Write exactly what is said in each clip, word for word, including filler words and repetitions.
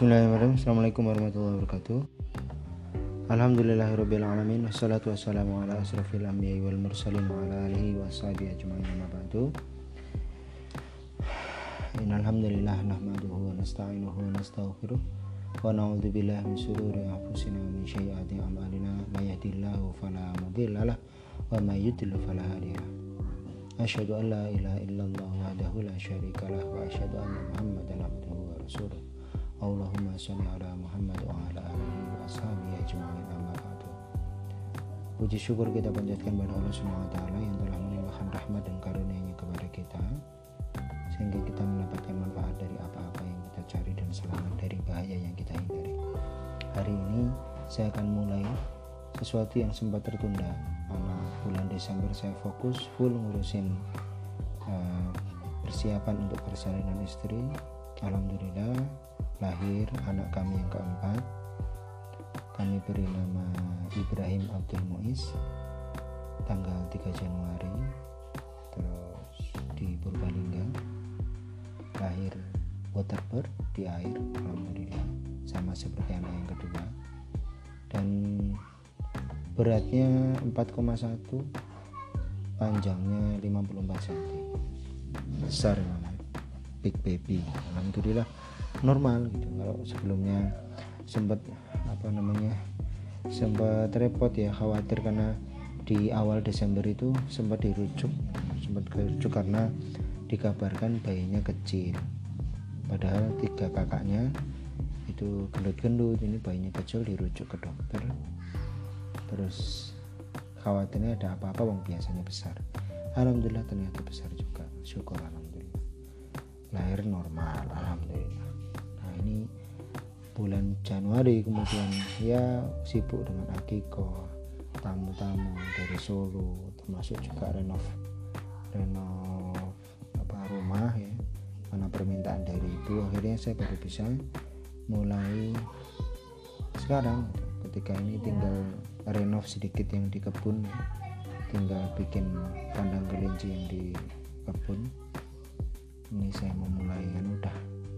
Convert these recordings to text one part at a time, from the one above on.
Bismillahirrahmanirrahim. Assalamualaikum warahmatullahi wabarakatuh. Alhamdulillahirabbil alamin wassalatu wassalamu ala asrofil anbiya'i wal mursalin wa ala alihi washabihi ajmain amma ba'du. Innal hamdalillah nahmaduhu wa nasta'inuhu wa nastaghfiruh wa na'udzu billahi min shururi anfusina wa min sayyiati a'malina may yahdihillahu fala mudhillalah wa may yudlil fala hadiyalah. Asyhadu an la ilaha illallah wahdahu la syarikalah wa asyhadu anna Muhammadan abduhu wa rasuluh. Allahumma sholli ala Muhammad wa ala alihi wa ashabihi ajma'in amma ba'du. Puji syukur kita panjatkan kepada Allah Subhanahu wa taala yang telah melimpahkan rahmat dan karunia-Nya kepada kita sehingga kita mendapatkan manfaat dari apa-apa yang kita cari dan selamat dari bahaya yang kita hindari. Hari ini saya akan mulai sesuatu yang sempat tertunda. Karena bulan Desember saya fokus full ngurusin uh, persiapan untuk persalinan istri. Alhamdulillah lahir anak kami yang keempat. Kami beri nama Ibrahim Abdul Muiz tanggal tiga Januari, terus di Purbalingga. Lahir waterbird di air, alhamdulillah, sama seperti anak yang kedua. Dan beratnya empat koma satu, panjangnya lima puluh empat sentimeter. Besar banget, big baby. Alhamdulillah normal gitu. Kalau sebelumnya sempat apa namanya sempat repot ya, khawatir karena di awal Desember itu sempat dirujuk sempat dirujuk karena dikabarkan bayinya kecil, padahal tiga kakaknya itu gendut-gendut, ini bayinya kecil, dirujuk ke dokter. Terus khawatirnya ada apa-apa, wong biasanya besar. Alhamdulillah ternyata besar juga, syukur alhamdulillah. Lahir normal, alhamdulillah. Nah ini bulan Januari kemudian ya sibuk dengan akikoh, tamu-tamu dari Solo, termasuk juga renov renov apa rumah ya, karena permintaan dari itu. Akhirnya saya baru bisa mulai sekarang. Ketika ini tinggal renov sedikit yang di kebun, tinggal bikin kandang kelinci yang di kebun. Ini saya mau mulai kan udah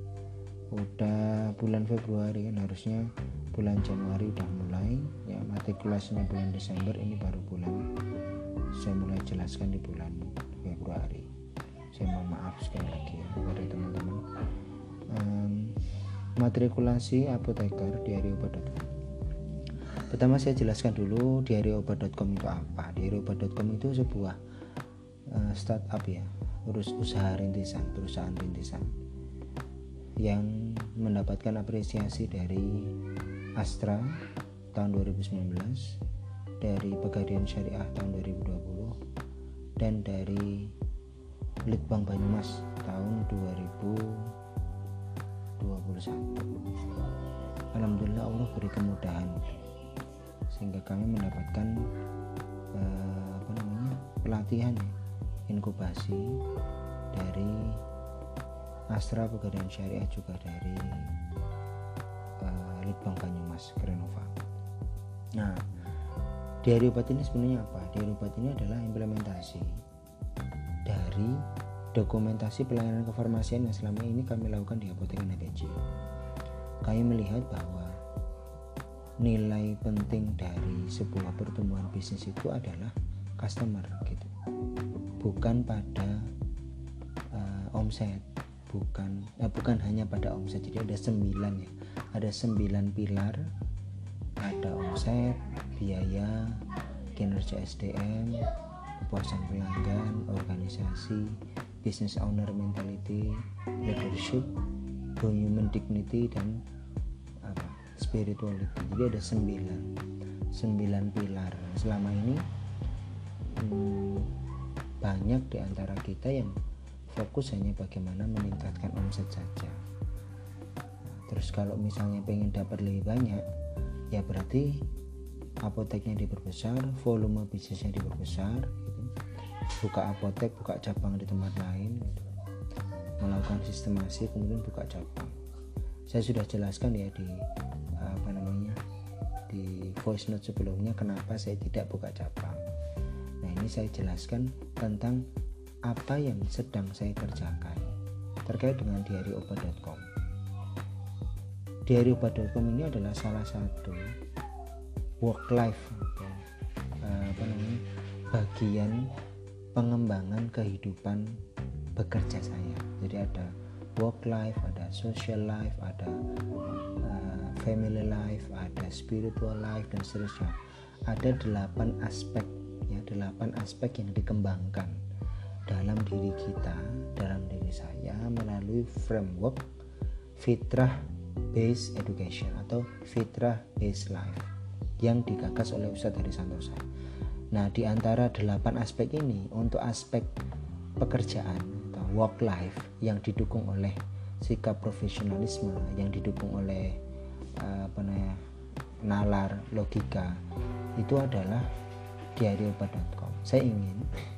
udah bulan Februari kan, harusnya bulan Januari udah mulai ya, matrikulasinya bulan Desember, ini baru bulan saya mulai jelaskan di bulan Februari. Saya mohon maaf sekali lagi ya kepada teman-teman. um, matrikulasi apoteker diary obat dot com. Pertama saya jelaskan dulu diary obat dot com itu apa. diary obat dot com itu sebuah uh, startup ya, urus usaha rintisan, perusahaan rintisan yang mendapatkan apresiasi dari Astra tahun dua ribu sembilan belas, dari Pegadaian Syariah tahun dua ribu dua puluh, dan dari Litbang Banyumas tahun dua ribu dua puluh satu. Alhamdulillah Allah beri kemudahan sehingga kami mendapatkan eh, apa namanya pelatihan ya, inkubasi dari Astra, Pegadaian Syariah, juga dari uh, Litbang Banyumas Krenova. Nah, diary obat ini sebenarnya apa? Diary obat ini adalah implementasi dari dokumentasi pelayanan kefarmasian yang selama ini kami lakukan di Apoteker N P J. Kami melihat bahwa nilai penting dari sebuah pertumbuhan bisnis itu adalah customer gitu, bukan pada uh, omset, bukan eh, bukan hanya pada omset. Jadi ada sembilan ya, ada sembilan pilar, ada omset, biaya, kinerja S D M, kepuasan pelanggan, organisasi, business owner mentality, leadership, human dignity, dan apa, spirituality. Jadi ada sembilan sembilan pilar. Selama ini hmm, banyak di antara kita yang fokus hanya bagaimana meningkatkan omset saja. Nah, terus kalau misalnya pengen dapat lebih banyak, ya berarti apoteknya diperbesar, volume bisnisnya diperbesar gitu. Buka apotek, buka cabang di tempat lain gitu. Melakukan sistemasi, kemudian buka cabang. Saya sudah jelaskan ya di apa namanya di voice note sebelumnya kenapa saya tidak buka cabang. Nah ini saya jelaskan tentang apa yang sedang saya kerjakan terkait dengan diary obat dot com. diary obat dot com ini adalah salah satu work life atau uh, apa namanya bagian pengembangan kehidupan bekerja saya. Jadi ada work life, ada social life, ada uh, family life, ada spiritual life, dan seterusnya. Ada delapan aspek, ya delapan aspek yang dikembangkan dalam diri kita, dalam diri saya melalui framework fitrah based education atau fitrah based life yang digagas oleh Ustadz Hadi Santosa. Nah, di antara delapan aspek ini, untuk aspek pekerjaan atau work life yang didukung oleh sikap profesionalisme, yang didukung oleh uh, apa namanya nalar logika, itu adalah diary obat dot com. Saya ingin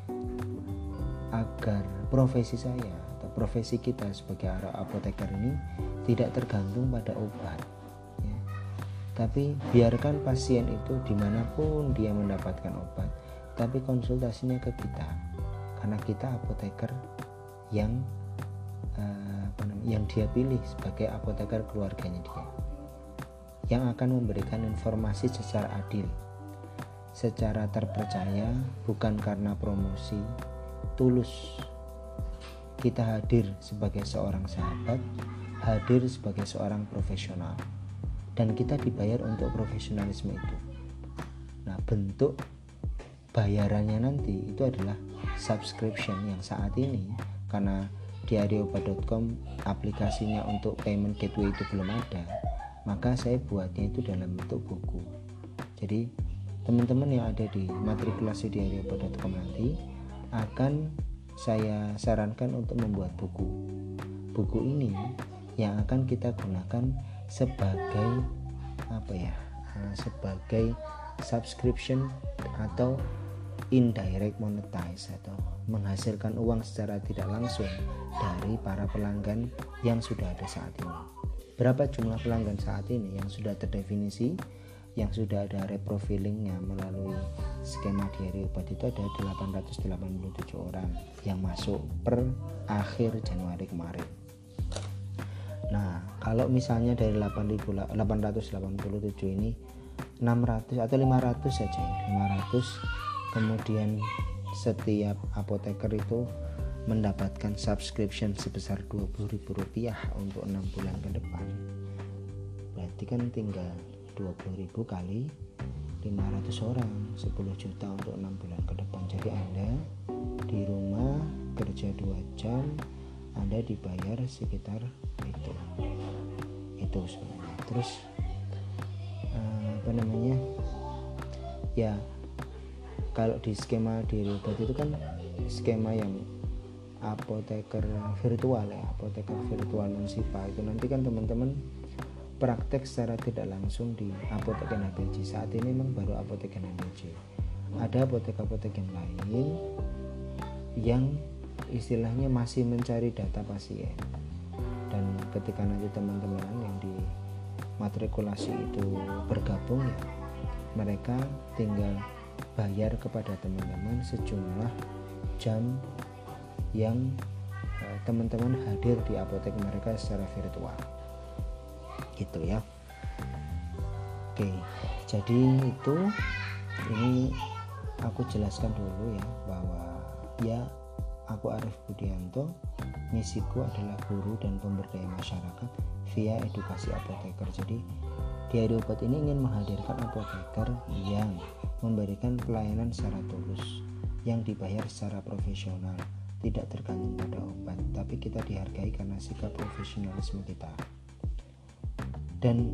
agar profesi saya atau profesi kita sebagai apoteker ini tidak tergantung pada obat, ya. Tapi biarkan pasien itu dimanapun dia mendapatkan obat, tapi konsultasinya ke kita, karena kita apoteker yang uh, apa namanya, yang dia pilih sebagai apoteker keluarganya dia, yang akan memberikan informasi secara adil, secara terpercaya, bukan karena promosi, tulus. Kita hadir sebagai seorang sahabat, hadir sebagai seorang profesional, dan kita dibayar untuk profesionalisme itu. Nah, bentuk bayarannya nanti itu adalah subscription, yang saat ini karena diary obat dot com aplikasinya untuk payment gateway itu belum ada, maka saya buatnya itu dalam bentuk buku. Jadi teman-teman yang ada di matrikulasi diary obat dot com nanti akan saya sarankan untuk membuat buku. Buku ini yang akan kita gunakan sebagai apa ya? Sebagai subscription atau indirect monetize, atau menghasilkan uang secara tidak langsung dari para pelanggan yang sudah ada saat ini. Berapa jumlah pelanggan saat ini yang sudah terdefinisi, yang sudah ada reprofilingnya melalui skema diary obat, itu ada delapan ratus delapan puluh tujuh orang yang masuk per akhir Januari kemarin. Nah, kalau misalnya dari delapan ratus delapan puluh tujuh ini enam ratus atau lima ratus saja ya, lima ratus, kemudian setiap apoteker itu mendapatkan subscription sebesar dua puluh ribu rupiah untuk enam bulan ke depan. Berarti kan tinggal dua puluh ribu kali lima ratus orang, sepuluh juta untuk enam bulan ke depan. Jadi Anda di rumah kerja dua jam, Anda dibayar sekitar itu itu sebenarnya. Terus uh, apa namanya ya, kalau di skema diary obat itu kan skema yang apoteker virtual ya, apoteker virtual non-sipa itu nanti kan teman-teman praktek secara tidak langsung di apotek N H B J. Saat ini memang baru apotek N H B J. Ada apotek-apotek yang lain yang istilahnya masih mencari data pasien, dan ketika nanti teman-teman yang di matrikulasi itu bergabung ya, mereka tinggal bayar kepada teman-teman sejumlah jam yang eh, teman-teman hadir di apotek mereka secara virtual gitu ya. Oke, jadi itu ini aku jelaskan dulu ya, bahwa ya aku Arif Budianto, misiku adalah guru dan pemberdaya masyarakat via edukasi apoteker. Jadi diary obat ini ingin menghadirkan apoteker yang memberikan pelayanan secara tulus, yang dibayar secara profesional, tidak tergantung pada obat, tapi kita dihargai karena sikap profesionalisme kita. Dan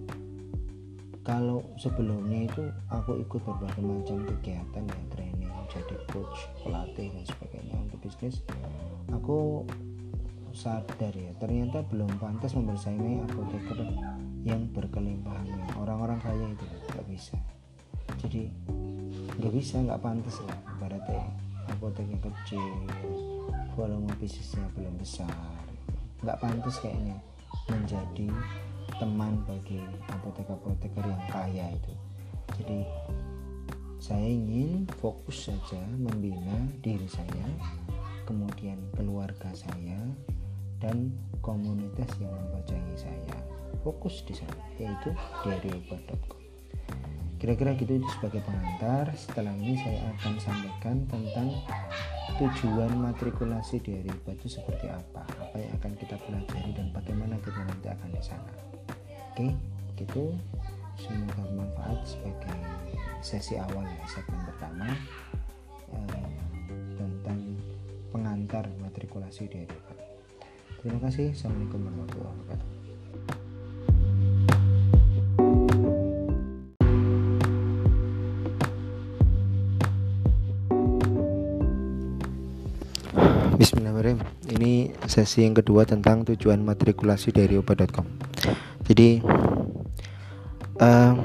kalau sebelumnya itu aku ikut berbagai macam kegiatan ya, training, jadi coach, pelatih dan sebagainya untuk bisnis, aku sadar ya ternyata belum pantas membersaimi apoteker yang berkelimpahan, orang-orang kaya itu nggak bisa. Jadi nggak bisa, nggak pantas lah, ibaratnya apoteknya kecil, volume bisnisnya belum besar, nggak pantas kayaknya menjadi teman bagi apoteker-apoteker yang kaya itu. Jadi saya ingin fokus saja membina diri saya, kemudian keluarga saya, dan komunitas yang membacahi saya. Fokus di sana, yaitu diary obat dot com. Kira-kira gitu itu sebagai pengantar. Setelah ini saya akan sampaikan tentang tujuan matrikulasi diary obat itu seperti apa, apa yang akan kita pelajari dan bagaimana kita nanti akan di sana. Oke, gitu. Semoga bermanfaat sebagai sesi awal ya, segmen pertama eh, tentang pengantar matrikulasi diary obat. Terima kasih. Assalamualaikum warahmatullahi wabarakatuh. Bismillahirrahmanirrahim. Ini sesi yang kedua tentang tujuan matrikulasi diary obat dot com. Jadi um,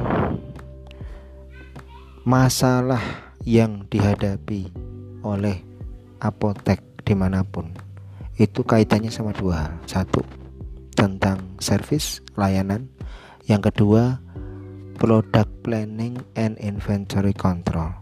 masalah yang dihadapi oleh apotek dimanapun itu kaitannya sama dua hal. Satu, tentang service, layanan. Yang kedua, product planning and inventory control.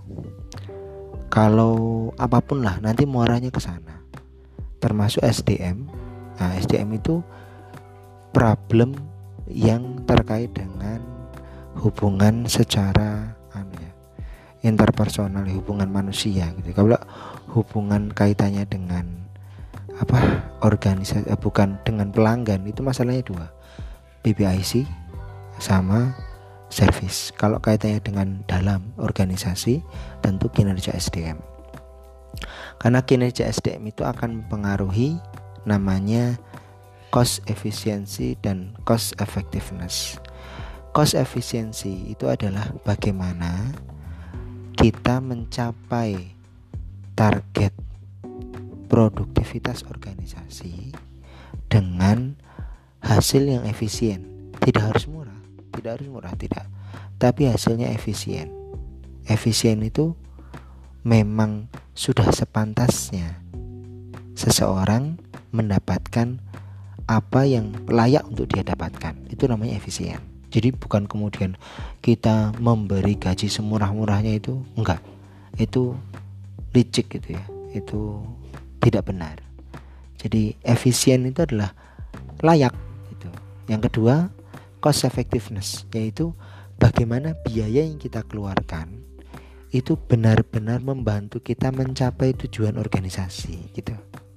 Kalau apapun lah nanti muaranya ke sana, termasuk S D M. Nah, S D M itu problem yang terkait dengan hubungan secara anu ya, interpersonal, hubungan manusia gitu. Kalau hubungan kaitannya dengan apa organisasi eh, bukan dengan pelanggan, itu masalahnya dua, P P I C sama service. Kalau kaitannya dengan dalam organisasi, tentu kinerja S D M. Karena kinerja S D M itu akan mempengaruhi namanya cost efficiency dan cost effectiveness. Cost efficiency itu adalah bagaimana kita mencapai target produktivitas organisasi dengan hasil yang efisien. Tidak harus murah, tidak harus murah, tidak. Tapi hasilnya efisien. Efisien itu memang sudah sepantasnya seseorang mendapatkan apa yang layak untuk dia dapatkan. Itu namanya efisien. Jadi bukan kemudian kita memberi gaji semurah-murahnya, itu enggak. Itu licik gitu ya. Itu tidak benar. Jadi efisien itu adalah layak gitu. Yang kedua, cost effectiveness, yaitu bagaimana biaya yang kita keluarkan itu benar-benar membantu kita mencapai tujuan organisasi gitu.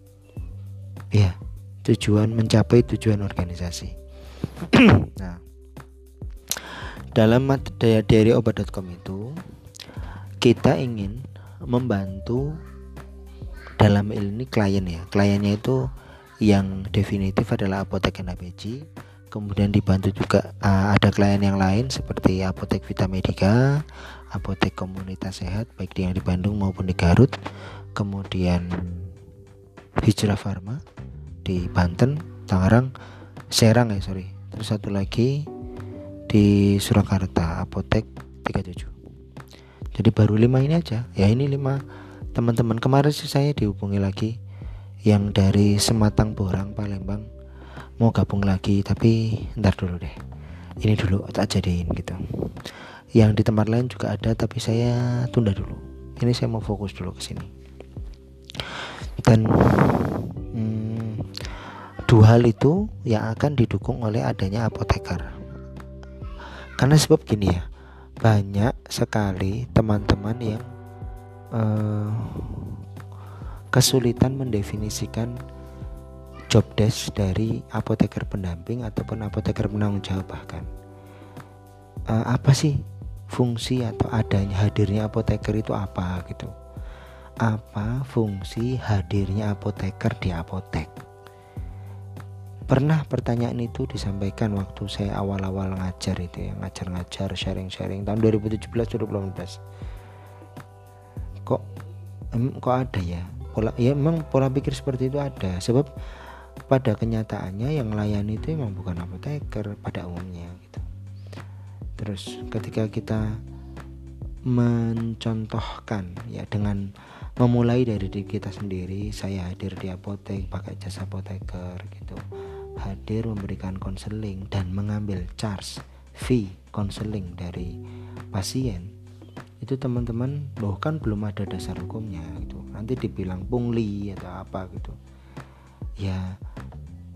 Ya, tujuan mencapai tujuan organisasi. Nah, dalam diary obat dot com itu kita ingin membantu dalam ini klien ya. Kliennya itu yang definitif adalah apotek N A B J. Kemudian dibantu juga uh, ada klien yang lain seperti apotek Vita Medica, apotek Komunitas Sehat baik yang di Bandung maupun di Garut. Kemudian Hijrah Pharma di Banten, Tangerang, Serang ya sorry. Terus satu lagi di Surakarta, apotek tiga puluh tujuh. Jadi baru lima ini aja. Ya ini lima teman-teman. Kemarin sih saya dihubungi lagi yang dari Sematang, Borang, Palembang mau gabung lagi, tapi ntar dulu deh. Ini dulu tak jadiin gitu. Yang di tempat lain juga ada, tapi saya tunda dulu. Ini saya mau fokus dulu ke sini. Dan hmm, dua hal itu yang akan didukung oleh adanya apoteker. Karena sebab gini ya, banyak sekali teman-teman yang uh, kesulitan mendefinisikan job desk dari apoteker pendamping ataupun apoteker penanggung jawab bahkan. Uh, apa sih fungsi atau adanya hadirnya apoteker itu apa gitu? Apa fungsi hadirnya apoteker di apotek? Pernah pertanyaan itu disampaikan waktu saya awal-awal ngajar itu ya, ngajar-ngajar, sharing-sharing tahun dua ribu tujuh belas dua ribu delapan belas. Kok em, kok ada ya? Pola ya memang pola pikir seperti itu ada. Sebab pada kenyataannya yang melayani itu memang bukan apoteker pada umumnya gitu. Terus ketika kita mencontohkan ya dengan memulai dari diri kita sendiri, saya hadir di apotek pakai jasa apoteker gitu, hadir memberikan konseling dan mengambil charge fee konseling dari pasien, itu teman-teman loh kan belum ada dasar hukumnya gitu, nanti dibilang pungli atau apa gitu ya.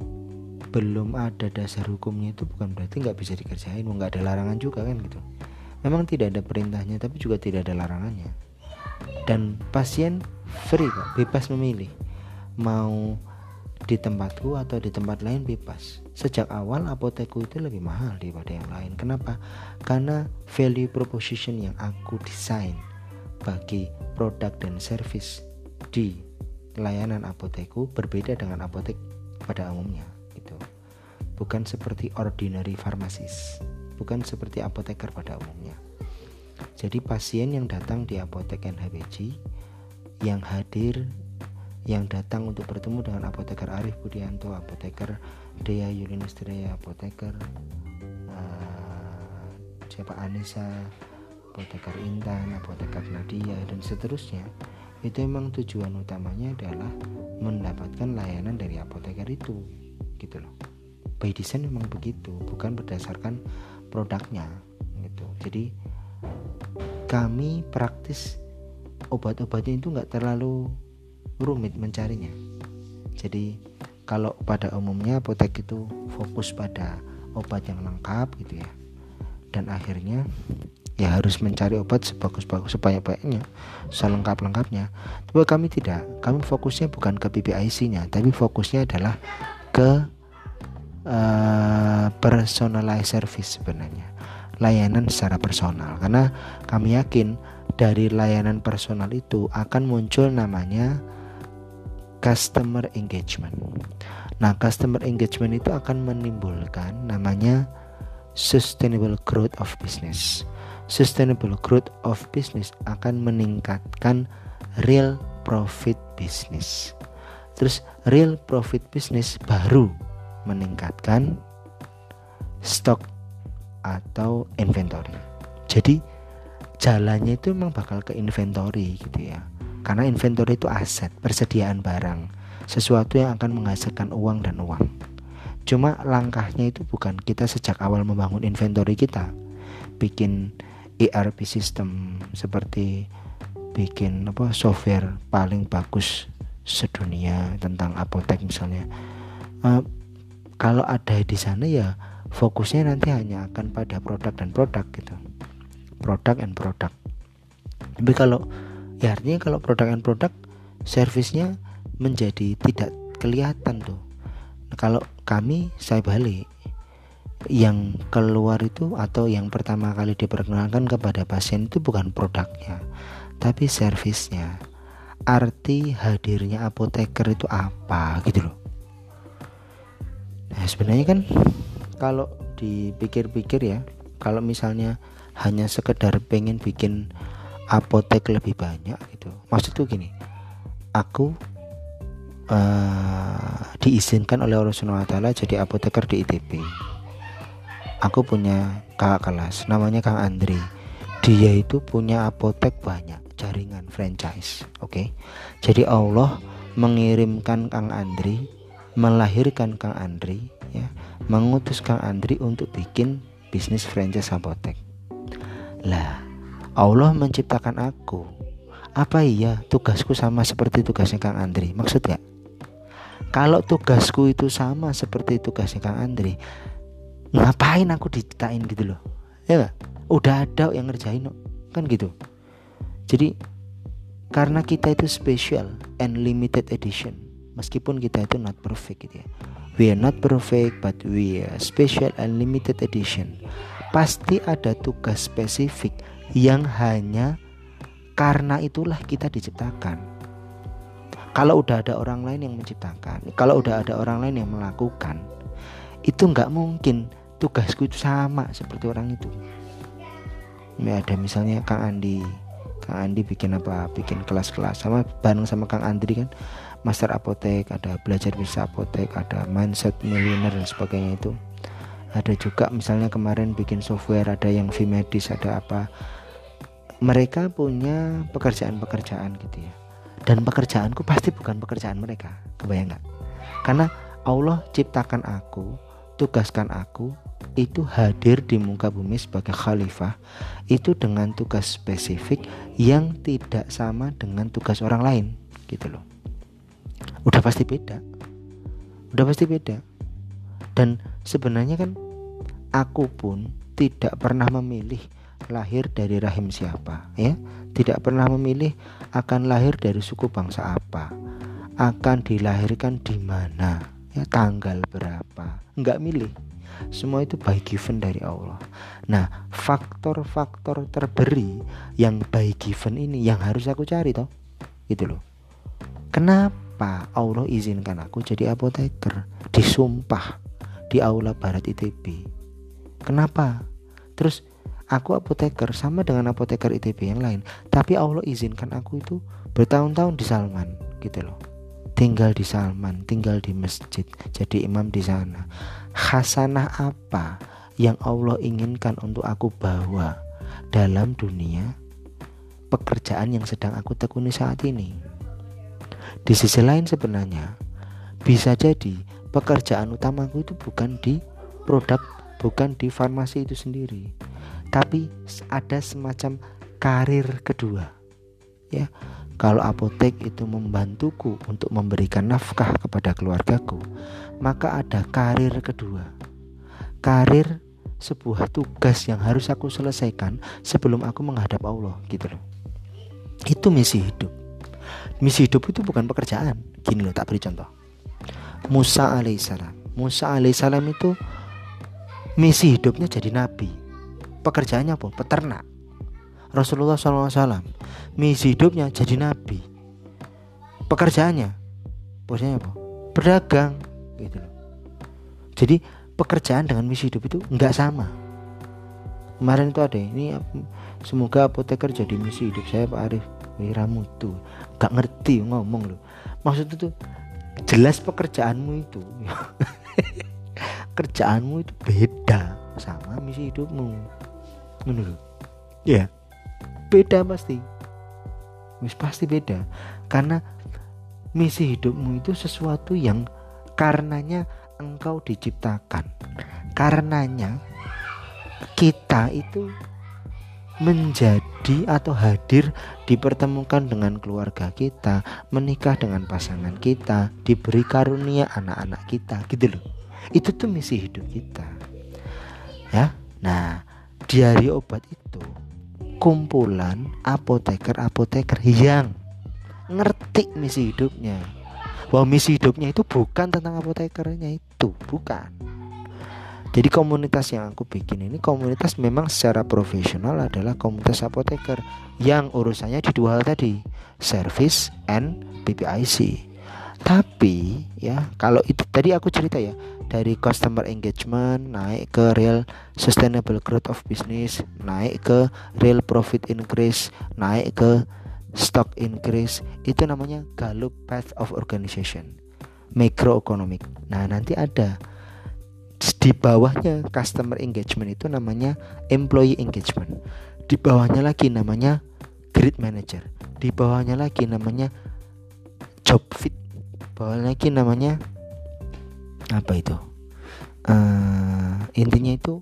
belum ada dasar hukumnya itu bukan berarti nggak bisa dikerjain, nggak ada larangan juga kan gitu. Memang tidak ada perintahnya tapi juga tidak ada larangannya. Dan pasien free kok, bebas memilih mau di tempatku atau di tempat lain, bebas. Sejak awal apotekku itu lebih mahal daripada yang lain. Kenapa? Karena value proposition yang aku desain bagi produk dan service di layanan apotekku berbeda dengan apotek pada umumnya gitu. Bukan seperti ordinary pharmacist, bukan seperti apoteker pada umumnya. Jadi pasien yang datang di apotek N H B G, yang hadir, yang datang untuk bertemu dengan apoteker Arif Budianto, apoteker Dea Yulinestraya, apoteker uh, siapa Anissa, apoteker Intan, apoteker Nadia dan seterusnya, itu memang tujuan utamanya adalah mendapatkan layanan dari apoteker itu gitu loh. By design memang begitu, bukan berdasarkan produknya gitu. Jadi kami praktis obat-obatnya itu nggak terlalu rumit mencarinya. Jadi kalau pada umumnya apotek itu fokus pada obat yang lengkap gitu ya, dan akhirnya ya harus mencari obat sebagus-bagus, sebanyak-banyaknya, selengkap-lengkapnya. Tapi kami tidak, kami fokusnya bukan ke P P I C-nya, tapi fokusnya adalah ke uh, personalized service sebenarnya, layanan secara personal. Karena kami yakin dari layanan personal itu akan muncul namanya customer engagement. Nah, customer engagement itu akan menimbulkan namanya sustainable growth of business. Sustainable growth of business akan meningkatkan real profit business. Terus real profit business baru meningkatkan stok atau inventory. Jadi jalannya itu memang bakal ke inventory gitu ya. Karena inventory itu aset, persediaan barang, sesuatu yang akan menghasilkan uang dan uang. Cuma langkahnya itu bukan kita sejak awal membangun inventory kita, bikin E R P system seperti bikin apa software paling bagus sedunia tentang apotek misalnya. Uh, kalau ada di sana ya fokusnya nanti hanya akan pada produk dan produk gitu, produk and produk. Tapi kalau ya artinya kalau produk and produk, servisnya menjadi tidak kelihatan tuh. Nah, kalau kami saya balik, yang keluar itu atau yang pertama kali diperkenalkan kepada pasien itu bukan produknya, tapi servisnya. Arti hadirnya apoteker itu apa gitu loh. Nah sebenarnya kan kalau dipikir-pikir ya, kalau misalnya hanya sekedar pengen bikin apotek lebih banyak gitu, maksudku gini, aku uh, diizinkan oleh Allah Subhanahu wa taala jadi apoteker di I T B. Aku punya kakak kelas namanya Kang Andri. Dia itu punya apotek banyak, jaringan franchise. Oke. Okay? Jadi Allah mengirimkan Kang Andri, melahirkan Kang Andri ya, mengutus Kang Andri untuk bikin bisnis franchise apotek. Lah, Allah menciptakan aku. Apa iya tugasku sama seperti tugasnya Kang Andri? Maksud gak? Kalau tugasku itu sama seperti tugasnya Kang Andri, ngapain aku diciptain gitu loh, ya gak? Udah ada yang ngerjain kan gitu. Jadi karena kita itu special and limited edition, meskipun kita itu not perfect gitu ya, we are not perfect but we are special and limited edition. Pasti ada tugas spesifik yang hanya karena itulah kita diciptakan. Kalau udah ada orang lain yang menciptakan, kalau udah ada orang lain yang melakukan, itu nggak mungkin tugasku itu sama seperti orang itu. Ya, ada misalnya Kang Andi, Kang Andi bikin apa? Bikin kelas-kelas sama bareng sama Kang Andri kan, master apotek, ada belajar bisa apotek, ada mindset millionaire dan sebagainya itu. Ada juga misalnya kemarin bikin software, ada yang V-Medis, ada apa. Mereka punya pekerjaan-pekerjaan gitu ya. Dan pekerjaanku pasti bukan pekerjaan mereka. Kebayang gak? Karena Allah ciptakan aku, tugaskan aku itu hadir di muka bumi sebagai khalifah itu dengan tugas spesifik yang tidak sama dengan tugas orang lain gitu loh. Udah pasti beda. Udah pasti beda. Dan sebenarnya kan aku pun tidak pernah memilih lahir dari rahim siapa, ya. Tidak pernah memilih akan lahir dari suku bangsa apa, akan dilahirkan di mana, ya, tanggal berapa. Enggak milih. Semua itu by given dari Allah. Nah, faktor-faktor terberi yang by given ini yang harus aku cari toh. Gitu loh. Kenapa Allah izinkan aku jadi apoteker, disumpah di aula Barat I T B? Kenapa? Terus aku apoteker sama dengan apoteker I T B yang lain, tapi Allah izinkan aku itu bertahun-tahun di Salman, gitu loh. Tinggal di Salman, tinggal di masjid, jadi imam di sana. Hasanah apa yang Allah inginkan untuk aku bawa dalam dunia pekerjaan yang sedang aku tekuni saat ini? Di sisi lain sebenarnya bisa jadi pekerjaan utamaku itu bukan di produk, bukan di farmasi itu sendiri, tapi ada semacam karir kedua, ya. Kalau apotek itu membantuku untuk memberikan nafkah kepada keluargaku, maka ada karir kedua, karir sebuah tugas yang harus aku selesaikan sebelum aku menghadap Allah, gitu loh. Itu misi hidup. Misi hidup itu bukan pekerjaan. Gini loh, tak beri contoh. Musa alaihissalam. Musa alaihissalam itu misi hidupnya jadi nabi. Pekerjaannya apa? Peternak. Rasulullah shallallahu alaihi wasallam misi hidupnya jadi nabi. Pekerjaannya, bosnya apa? Berdagang, gitu loh. Jadi pekerjaan dengan misi hidup itu nggak sama. Kemarin itu ada ini, semoga apoteker jadi misi hidup saya Pak Arif Wiramutu. Gak ngerti ngomong loh. Maksudnya tuh jelas pekerjaanmu itu kerjaanmu itu beda sama misi hidupmu. Menurut ya, beda pasti. Wis pasti beda. Karena misi hidupmu itu sesuatu yang karenanya engkau diciptakan. Karenanya kita itu menjadi atau hadir dipertemukan dengan keluarga kita, menikah dengan pasangan kita, diberi karunia anak-anak kita, gitu loh. Itu tuh misi hidup kita, ya. Nah, diari obat itu kumpulan apoteker-apoteker yang ngerti misi hidupnya. Bahwa misi hidupnya itu bukan tentang apotekernya, itu bukan. Jadi komunitas yang aku bikin ini komunitas memang secara profesional adalah komunitas apoteker yang urusannya di dua hal tadi, service and B P I C. Tapi ya, kalau itu tadi aku cerita ya, dari customer engagement naik ke real sustainable growth of business, naik ke real profit increase, naik ke stock increase, itu namanya Gallup Path of Organization, macroeconomic. Nah, nanti ada di bawahnya customer engagement itu namanya employee engagement. Di bawahnya lagi namanya grid manager. Di bawahnya lagi namanya job fit. Bawahnya lagi namanya apa itu? Uh, intinya itu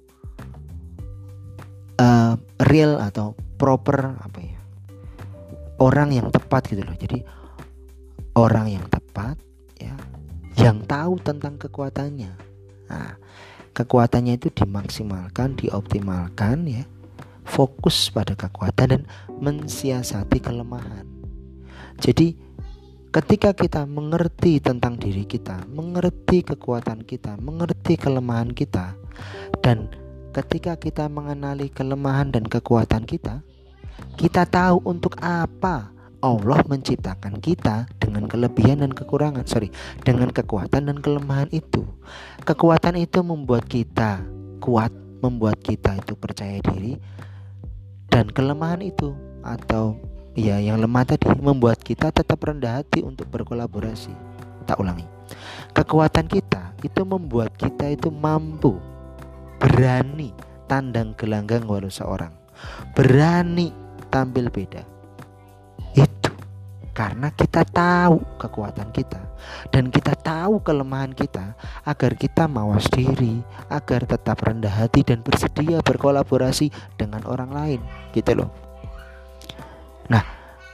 uh, real atau proper apa ya? Orang yang tepat gitu loh. Jadi orang yang tepat ya, yang tahu tentang kekuatannya. Nah, kekuatannya itu dimaksimalkan, dioptimalkan ya. Fokus pada kekuatan dan mensiasati kelemahan. Jadi ketika kita mengerti tentang diri kita, mengerti kekuatan kita, mengerti kelemahan kita, dan ketika kita mengenali kelemahan dan kekuatan kita, kita tahu untuk apa Allah menciptakan kita dengan kelebihan dan kekurangan, sorry, dengan kekuatan dan kelemahan itu. Kekuatan itu membuat kita kuat, membuat kita itu percaya diri, dan kelemahan itu atau ya yang lemah tadi membuat kita tetap rendah hati untuk berkolaborasi. Tak ulangi. Kekuatan kita itu membuat kita itu mampu, berani tandang gelanggang walau seorang, berani tampil beda. Itu karena kita tahu kekuatan kita dan kita tahu kelemahan kita, agar kita mawas diri, agar tetap rendah hati dan bersedia berkolaborasi dengan orang lain, gitu loh. Nah,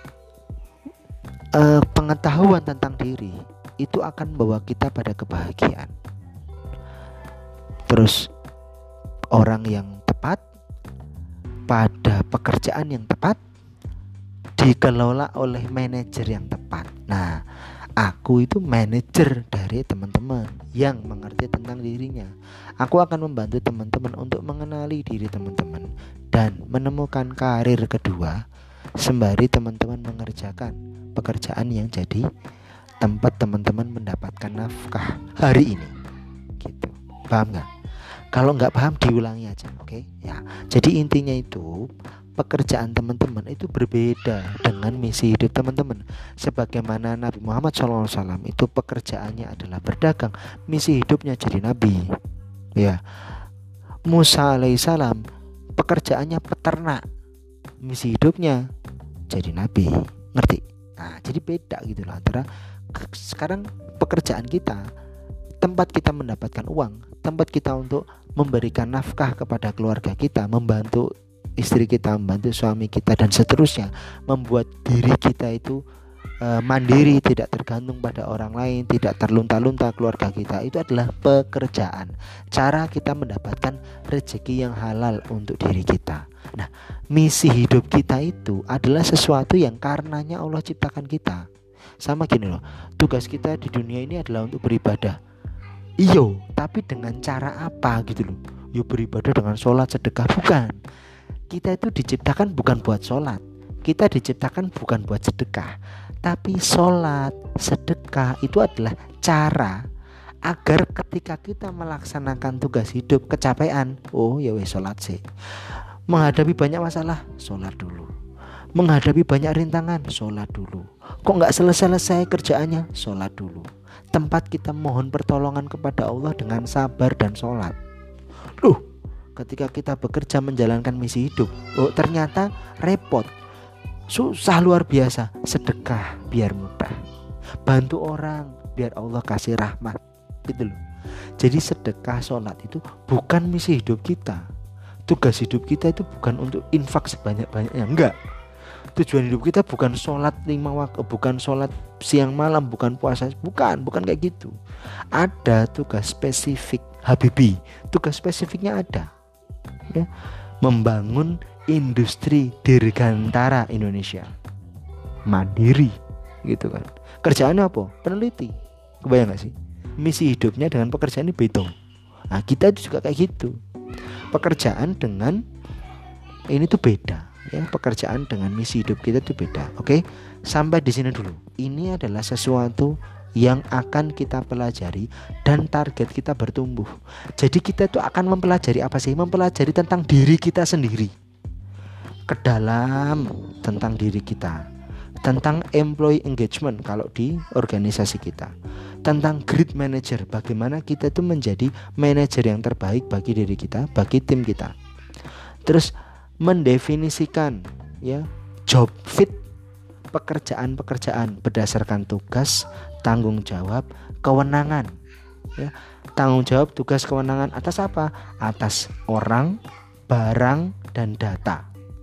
eh, pengetahuan tentang diri itu akan membawa kita pada kebahagiaan. terus orang yang tepat pada pekerjaan yang tepat, dikelola oleh manajer yang tepat. Nah, aku itu manajer dari teman-teman yang mengerti tentang dirinya. Aku akan membantu teman-teman untuk mengenali diri teman-teman dan menemukan karir kedua sembari teman-teman mengerjakan pekerjaan yang jadi tempat teman-teman mendapatkan nafkah hari ini. Gitu. Paham nggak? Kalau nggak paham diulangi aja, oke? Okay? Ya. Jadi intinya itu pekerjaan teman-teman itu berbeda dengan misi hidup teman-teman. Sebagaimana Nabi Muhammad shallallahu alaihi wasallam itu pekerjaannya adalah berdagang, misi hidupnya jadi nabi. Ya, Musa alaihissalam pekerjaannya peternak, misi hidupnya jadi nabi. Ngerti? Nah, jadi beda gitu loh antara sekarang pekerjaan kita, tempat kita mendapatkan uang, tempat kita untuk memberikan nafkah kepada keluarga kita, membantu istri kita, membantu suami kita dan seterusnya, membuat diri kita itu e, mandiri, tidak tergantung pada orang lain, tidak terlunta-lunta keluarga kita. Itu adalah pekerjaan, cara kita mendapatkan rezeki yang halal untuk diri kita. Nah, misi hidup kita itu adalah sesuatu yang karenanya Allah ciptakan kita. Sama gini loh, tugas kita di dunia ini adalah untuk beribadah. Iyo, tapi dengan cara apa gitu loh? Yo beribadah dengan sholat, sedekah, bukan. Kita itu diciptakan bukan buat sholat, kita diciptakan bukan buat sedekah. Tapi sholat, sedekah itu adalah cara agar ketika kita melaksanakan tugas hidup kecapean, oh ya wes sholat sih. Menghadapi banyak masalah, sholat dulu. Menghadapi banyak rintangan, sholat dulu. Kok gak selesai-selesai kerjaannya, sholat dulu. Tempat kita mohon pertolongan kepada Allah dengan sabar dan sholat. Loh, ketika kita bekerja menjalankan misi hidup, oh ternyata repot, susah luar biasa. Sedekah biar mudah, bantu orang biar Allah kasih rahmat, gitu loh. Jadi sedekah, sholat itu bukan misi hidup kita. Tugas hidup kita itu bukan untuk infak sebanyak-banyaknya, enggak. Tujuan hidup kita bukan sholat lima waktu, bukan sholat siang malam, bukan puasa, bukan, bukan kayak gitu. Ada tugas spesifik, Habibi, tugas spesifiknya ada. Ya, membangun industri dirgantara Indonesia mandiri, gitu kan. Kerjaannya apa? Peneliti. Kebayang gak sih? Misi hidupnya dengan pekerjaan ini beda. Nah, kita juga kayak gitu. Pekerjaan dengan ini tuh beda. Ya, pekerjaan dengan misi hidup kita itu beda. Oke, sampai di sini dulu. Ini adalah sesuatu yang akan kita pelajari dan target kita bertumbuh. Jadi kita itu akan mempelajari apa sih? Mempelajari tentang diri kita sendiri, ke dalam tentang diri kita, tentang employee engagement kalau di organisasi kita, tentang grid manager, bagaimana kita itu menjadi manajer yang terbaik bagi diri kita, bagi tim kita. Terus mendefinisikan ya job fit, pekerjaan-pekerjaan berdasarkan tugas, tanggung jawab, kewenangan. Ya, tanggung jawab, tugas, kewenangan atas apa? Atas orang, barang, dan data.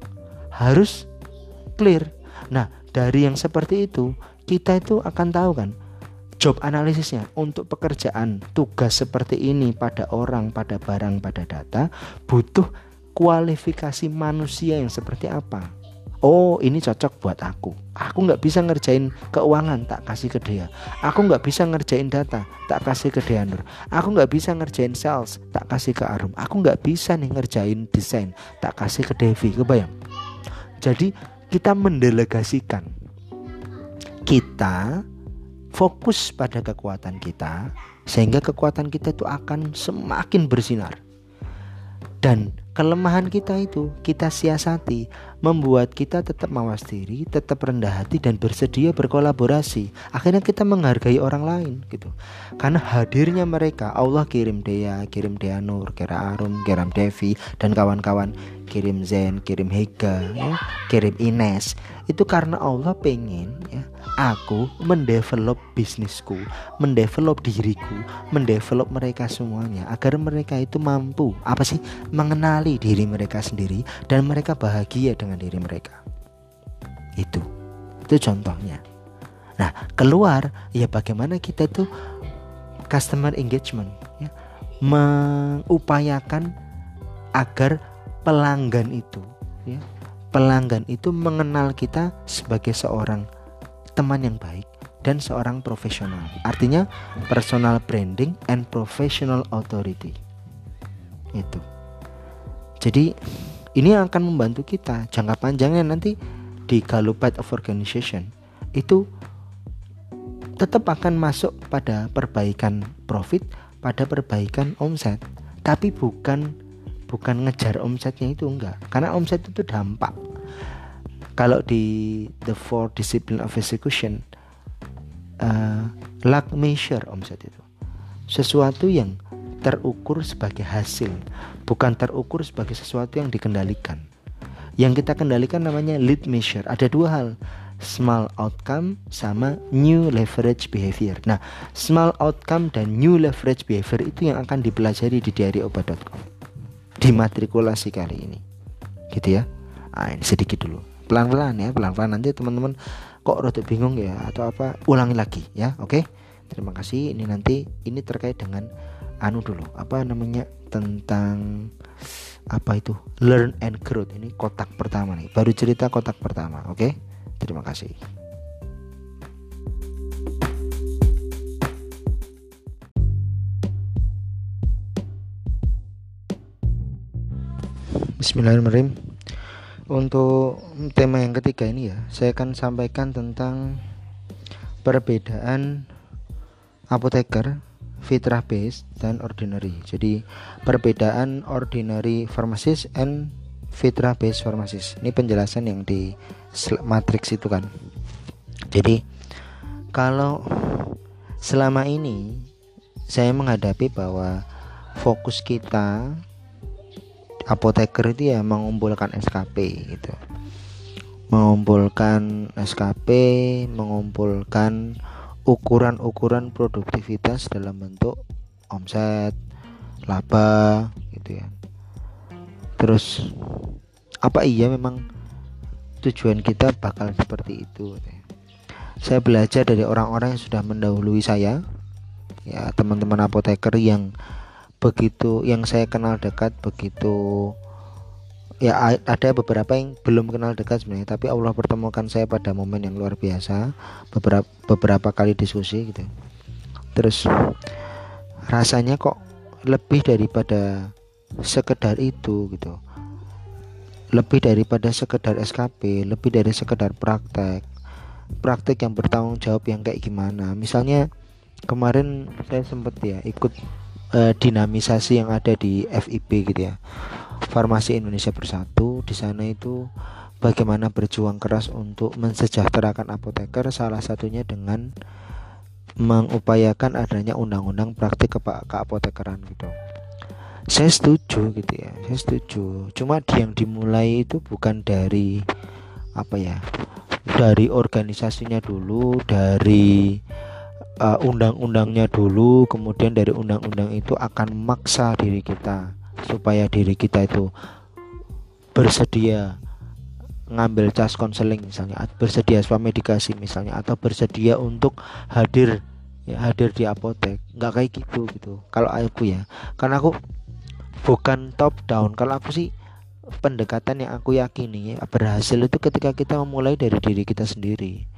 Harus clear. Nah, dari yang seperti itu, kita itu akan tahu kan job analisisnya untuk pekerjaan tugas seperti ini pada orang, pada barang, pada data, butuh kualifikasi manusia yang seperti apa. Oh, ini cocok buat aku. Aku gak bisa ngerjain keuangan, tak kasih ke dia. Aku gak bisa ngerjain data, tak kasih ke Deanur. Aku gak bisa ngerjain sales, tak kasih ke Arum. Aku gak bisa nih ngerjain desain, tak kasih ke Devi. Kebayang? Jadi kita mendelegasikan. Kita fokus pada kekuatan kita, sehingga kekuatan kita itu akan semakin bersinar. Dan kelemahan kita itu kita siasati, membuat kita tetap mawas diri, tetap rendah hati dan bersedia berkolaborasi. Akhirnya kita menghargai orang lain gitu. Karena hadirnya mereka, Allah kirim Dea, kirim Deanur, kirim Arum, kirim Devi dan kawan-kawan, kirim Zen, kirim Hega, ya, kirim Ines. Itu karena Allah pengen ya, aku mendevelop bisnisku, mendevelop diriku, mendevelop mereka semuanya agar mereka itu mampu apa sih mengenali diri mereka sendiri dan mereka bahagia dengan diri mereka. Itu, itu contohnya. Nah, keluar ya bagaimana kita itu customer engagement, ya, mengupayakan agar pelanggan itu ya, pelanggan itu mengenal kita sebagai seorang teman yang baik dan seorang profesional. Artinya personal branding and professional authority. Itu. Jadi ini akan membantu kita jangka panjangnya nanti di Gallup of Organization itu tetap akan masuk pada perbaikan profit, pada perbaikan omset, tapi bukan bukan ngejar omsetnya itu, enggak, karena omset itu dampak. Kalau di The Four Discipline of Execution, uh, luck measure omset itu sesuatu yang terukur sebagai hasil, bukan terukur sebagai sesuatu yang dikendalikan. Yang kita kendalikan namanya lead measure. Ada dua hal, small outcome sama new leverage behavior. Nah, small outcome dan new leverage behavior itu yang akan dipelajari di diary obat dot com di matrikulasi kali ini, gitu ya. Nah, ini sedikit dulu, pelan-pelan ya, pelan-pelan. Nanti teman-teman kok rada bingung ya atau apa, ulangi lagi ya. Oke, terima kasih. Ini nanti ini terkait dengan anu dulu, apa namanya, tentang apa itu learn and growth. Ini kotak pertama nih, baru cerita kotak pertama. Oke, terima kasih. Bismillahirrahmanirrahim. Untuk tema yang ketiga ini ya, saya akan sampaikan tentang perbedaan apoteker, fitrah based dan ordinary. Jadi perbedaan ordinary pharmacist and fitrah based pharmacist. Ini penjelasan yang di matriks itu kan. Jadi kalau selama ini saya menghadapi bahwa fokus kita apoteker itu ya mengumpulkan S K P gitu. Mengumpulkan S K P, mengumpulkan ukuran-ukuran produktivitas dalam bentuk omset, laba gitu ya. Terus apa iya memang tujuan kita bakal seperti itu gitu ya. Saya belajar dari orang-orang yang sudah mendahului saya, ya, teman-teman apoteker yang begitu, yang saya kenal dekat, begitu ya, ada beberapa yang belum kenal dekat sebenarnya, tapi Allah pertemukan saya pada momen yang luar biasa, beberapa beberapa kali diskusi gitu. Terus rasanya kok lebih daripada sekedar itu gitu, lebih daripada sekedar S K P, lebih dari sekedar praktek praktek yang bertanggung jawab yang kayak gimana. Misalnya kemarin saya sempat ya ikut eh, dinamisasi yang ada di F I P gitu ya, Farmasi Indonesia Bersatu. Di sana itu bagaimana berjuang keras untuk mensejahterakan apoteker, salah satunya dengan mengupayakan adanya undang-undang praktik ke keapotekeran gitu. Saya setuju gitu ya, saya setuju. Cuma yang dimulai itu bukan dari apa ya, dari organisasinya dulu, dari uh, undang-undangnya dulu, kemudian dari undang-undang itu akan memaksa diri kita supaya diri kita itu bersedia ngambil cas konseling misalnya, bersedia swamedikasi misalnya, atau bersedia untuk hadir ya, hadir di apotek. Nggak kayak gitu gitu kalau aku ya, karena aku bukan top down. Kalau aku sih pendekatan yang aku yakini ya, berhasil itu ketika kita memulai dari diri kita sendiri.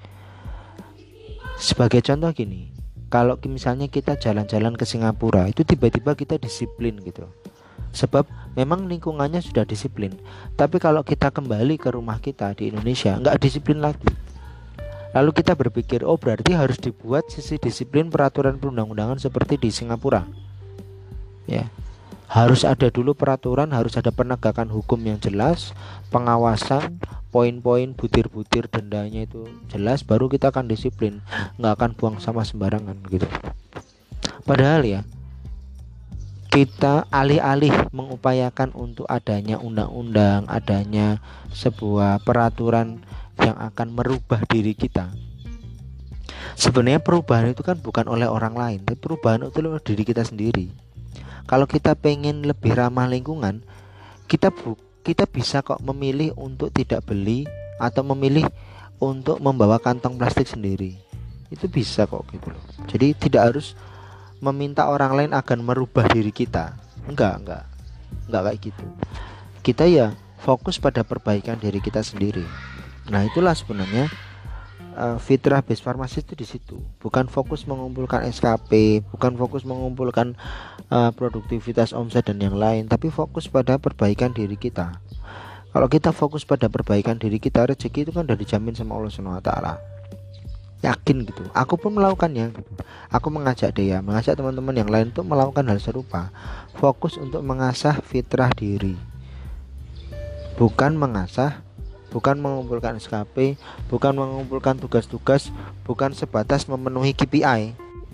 Sebagai contoh gini, kalau misalnya kita jalan-jalan ke Singapura, itu tiba-tiba kita disiplin gitu, sebab memang lingkungannya sudah disiplin. Tapi kalau kita kembali ke rumah kita di Indonesia, nggak disiplin lagi. Lalu kita berpikir, oh berarti harus dibuat sisi disiplin peraturan perundang-undangan seperti di Singapura. Ya, harus ada dulu peraturan, harus ada penegakan hukum yang jelas, pengawasan, poin-poin, butir-butir dendanya itu jelas, baru kita akan disiplin, nggak akan buang sampah sembarangan gitu. Padahal ya, kita alih-alih mengupayakan untuk adanya undang-undang, adanya sebuah peraturan yang akan merubah diri kita, sebenarnya perubahan itu kan bukan oleh orang lain, tapi perubahan itu oleh diri kita sendiri. Kalau kita pengen lebih ramah lingkungan, kita bu, kita bisa kok memilih untuk tidak beli atau memilih untuk membawa kantong plastik sendiri. Itu bisa kok gitu loh. Jadi tidak harus meminta orang lain agar merubah diri kita. Enggak, enggak. Enggak kayak gitu. Kita ya fokus pada perbaikan diri kita sendiri. Nah, itulah sebenarnya uh, fitrah based farmasi itu di situ. Bukan fokus mengumpulkan S K P, bukan fokus mengumpulkan uh, produktivitas omset dan yang lain, tapi fokus pada perbaikan diri kita. Kalau kita fokus pada perbaikan diri kita, rezeki itu kan udah dijamin sama Allah Subhanahu wa taala. Yakin gitu. Aku pun melakukannya gitu. Aku mengajak dia, mengajak teman-teman yang lain untuk melakukan hal serupa. Fokus untuk mengasah fitrah diri. Bukan mengasah, bukan mengumpulkan S K P, bukan mengumpulkan tugas-tugas, bukan sebatas memenuhi K P I.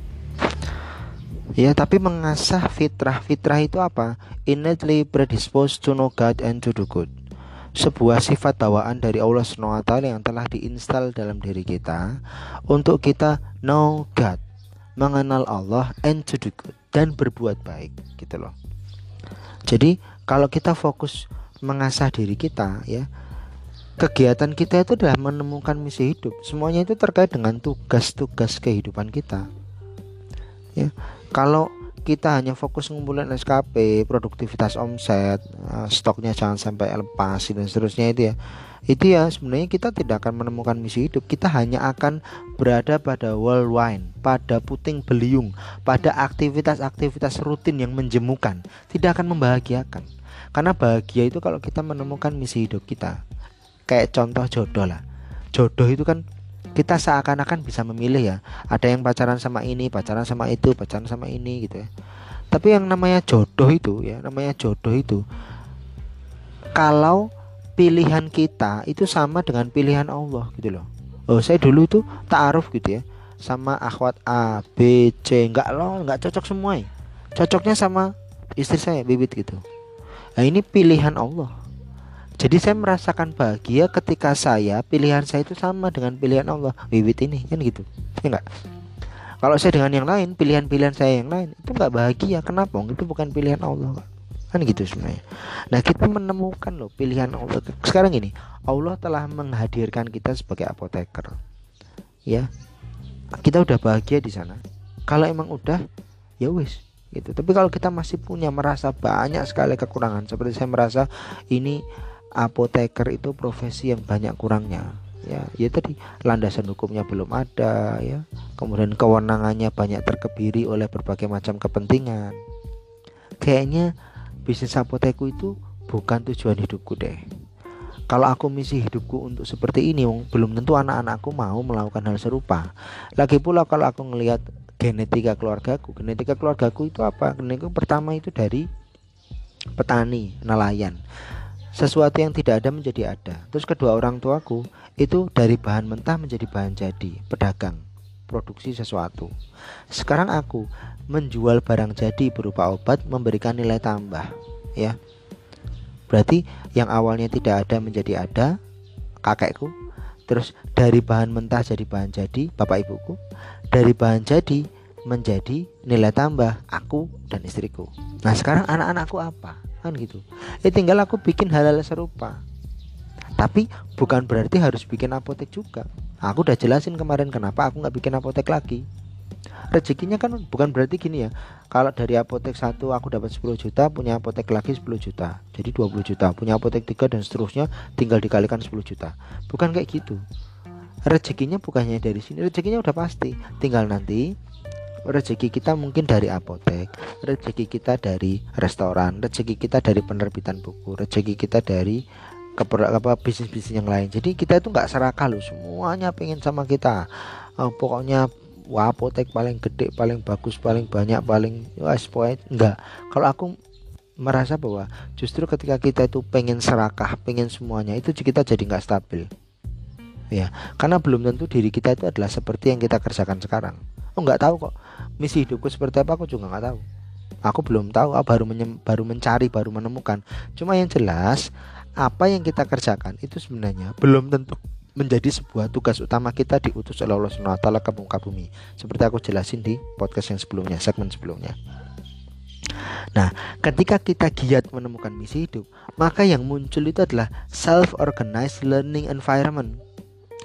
Ya, tapi mengasah fitrah. Fitrah itu apa? Innately predisposed to know God and to do good. Sebuah sifat bawaan dari Allah subhanahu wa taala yang telah diinstal dalam diri kita untuk kita know God, mengenal Allah, and to do good, dan berbuat baik gitu loh. Jadi kalau kita fokus mengasah diri kita, ya, kegiatan kita itu adalah menemukan misi hidup. Semuanya itu terkait dengan tugas-tugas kehidupan kita. Ya, kalau kita hanya fokus ngumpulin S K P, produktivitas omset, stoknya jangan sampai lepas dan seterusnya itu ya. Itu ya sebenarnya kita tidak akan menemukan misi hidup. Kita hanya akan berada pada whirlwind, pada puting beliung, pada aktivitas-aktivitas rutin yang menjemukan, tidak akan membahagiakan. Karena bahagia itu kalau kita menemukan misi hidup kita. Kayak contoh jodoh lah. Jodoh itu kan kita seakan-akan bisa memilih ya. Ada yang pacaran sama ini, pacaran sama itu, pacaran sama ini gitu ya. Tapi yang namanya jodoh itu ya, namanya jodoh itu kalau pilihan kita itu sama dengan pilihan Allah gitu loh. Oh, saya dulu itu ta'aruf gitu ya sama akhwat A, B, C, enggak loh, enggak cocok semua ya. Cocoknya sama istri saya, Bibit gitu. Nah, ini pilihan Allah. Jadi saya merasakan bahagia ketika saya pilihan saya itu sama dengan pilihan Allah, Bibit ini kan gitu. Ya enggak? Kalau saya dengan yang lain, pilihan-pilihan saya yang lain itu enggak bahagia. Kenapa? Itu bukan pilihan Allah kan gitu sebenarnya. Nah, kita menemukan loh pilihan Allah. Sekarang ini Allah telah menghadirkan kita sebagai apoteker. Ya. Kita udah bahagia di sana. Kalau emang udah, ya wis gitu. Tapi kalau kita masih punya merasa banyak sekali kekurangan, seperti saya merasa ini apoteker itu profesi yang banyak kurangnya, ya, ya tadi landasan hukumnya belum ada, ya, kemudian kewenangannya banyak terkebiri oleh berbagai macam kepentingan. Kayaknya bisnis apotekku itu bukan tujuan hidupku deh. Kalau aku misi hidupku untuk seperti ini, belum tentu anak-anakku mau melakukan hal serupa. Lagi pula kalau aku ngelihat genetika keluargaku, genetika keluargaku itu apa? Genetika pertama itu dari petani, nelayan. Sesuatu yang tidak ada menjadi ada. Terus kedua orang tuaku itu dari bahan mentah menjadi bahan jadi, pedagang, produksi sesuatu. Sekarang aku menjual barang jadi berupa obat, memberikan nilai tambah, ya. Berarti yang awalnya tidak ada menjadi ada, kakekku. Terus dari bahan mentah jadi bahan jadi, bapak ibuku. Dari bahan jadi menjadi nilai tambah, aku dan istriku. Nah, sekarang anak-anakku apa? Kan gitu. Eh tinggal aku bikin hal-hal serupa. Tapi bukan berarti harus bikin apotek juga. Aku udah jelasin kemarin kenapa aku nggak bikin apotek lagi. Rezekinya kan bukan berarti gini ya. Kalau dari apotek satu aku dapat sepuluh juta, punya apotek lagi sepuluh juta, jadi dua puluh juta. Punya apotek tiga dan seterusnya, tinggal dikalikan sepuluh juta. Bukan kayak gitu. Rezekinya bukannya dari sini. Rezekinya udah pasti. Tinggal nanti rezeki kita mungkin dari apotek, rezeki kita dari restoran, rezeki kita dari penerbitan buku, rezeki kita dari keper, apa bisnis-bisnis yang lain. Jadi kita itu nggak serakah loh, semuanya pengen sama kita. Oh, pokoknya wah, apotek paling gede, paling bagus, paling banyak, paling wes pokoknya enggak. Kalau aku merasa bahwa justru ketika kita itu pengen serakah, pengen semuanya, itu kita jadi nggak stabil. Ya, karena belum tentu diri kita itu adalah seperti yang kita kerjakan sekarang. Oh, nggak tahu kok misi hidupku seperti apa, aku juga nggak tahu. Aku belum tahu, aku baru menyem, baru mencari, baru menemukan. Cuma yang jelas apa yang kita kerjakan itu sebenarnya belum tentu menjadi sebuah tugas utama kita diutus oleh Allah Subhanahu wa taala ke muka bumi. Seperti aku jelasin di podcast yang sebelumnya, segmen sebelumnya. Nah, ketika kita giat menemukan misi hidup, maka yang muncul itu adalah self-organized learning environment.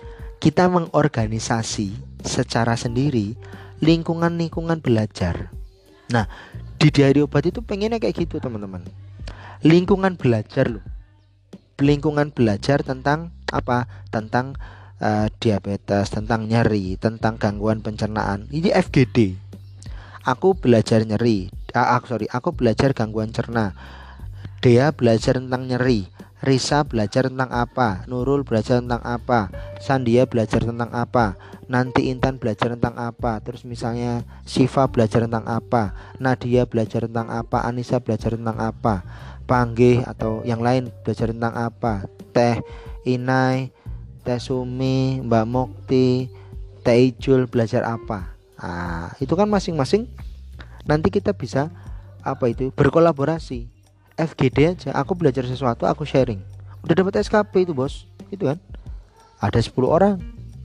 Kita mengorganisasi secara sendiri lingkungan-lingkungan belajar, Nah, di diari obat itu pengennya kayak gitu teman-teman. Lingkungan belajar loh. Lingkungan belajar tentang apa? Tentang uh, diabetes, tentang nyeri, tentang gangguan pencernaan. Ini F G D. Aku belajar nyeri. Ah, sorry, aku belajar gangguan cerna. Dea belajar tentang nyeri. Risa belajar tentang apa? Nurul belajar tentang apa? Sandia belajar tentang apa? Nanti Intan belajar tentang apa? Terus misalnya Siva belajar tentang apa? Nadia belajar tentang apa? Anissa belajar tentang apa? Panggih atau yang lain belajar tentang apa? Teh Inai, Teh Sumi, Mbak Mokti, Teh Ijul belajar apa? Ah, itu kan masing-masing nanti kita bisa apa itu berkolaborasi. F G D aja, aku belajar sesuatu, aku sharing. Udah dapat S K P itu bos, itu kan. Ada sepuluh orang,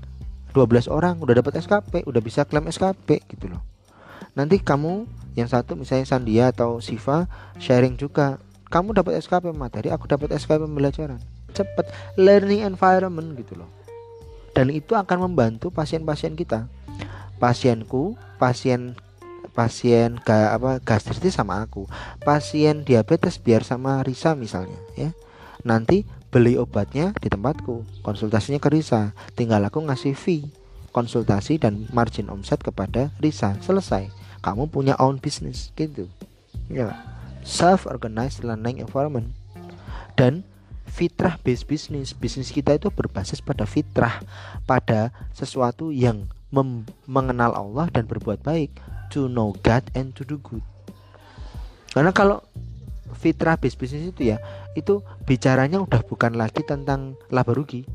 dua belas orang udah dapat S K P, udah bisa klaim S K P gitu loh. Nanti kamu yang satu misalnya Sandia atau Siva sharing juga. Kamu dapat S K P materi, aku dapat S K P pembelajaran. Cepet, learning environment gitu loh. Dan itu akan membantu pasien-pasien kita. Pasienku, pasien pasien ga, apa gastritis sama aku, pasien diabetes biar sama Risa misalnya ya. Nanti beli obatnya di tempatku, konsultasinya ke Risa, tinggal aku ngasih fee konsultasi dan margin omset kepada Risa, selesai. Kamu punya own business gitu ya, self organized learning environment. Dan fitrah based business, bisnis kita itu berbasis pada fitrah, pada sesuatu yang mem- mengenal Allah dan berbuat baik, to know God and to do good. Karena kalau fitrah based business itu ya, itu bicaranya udah bukan lagi tentang laba rugi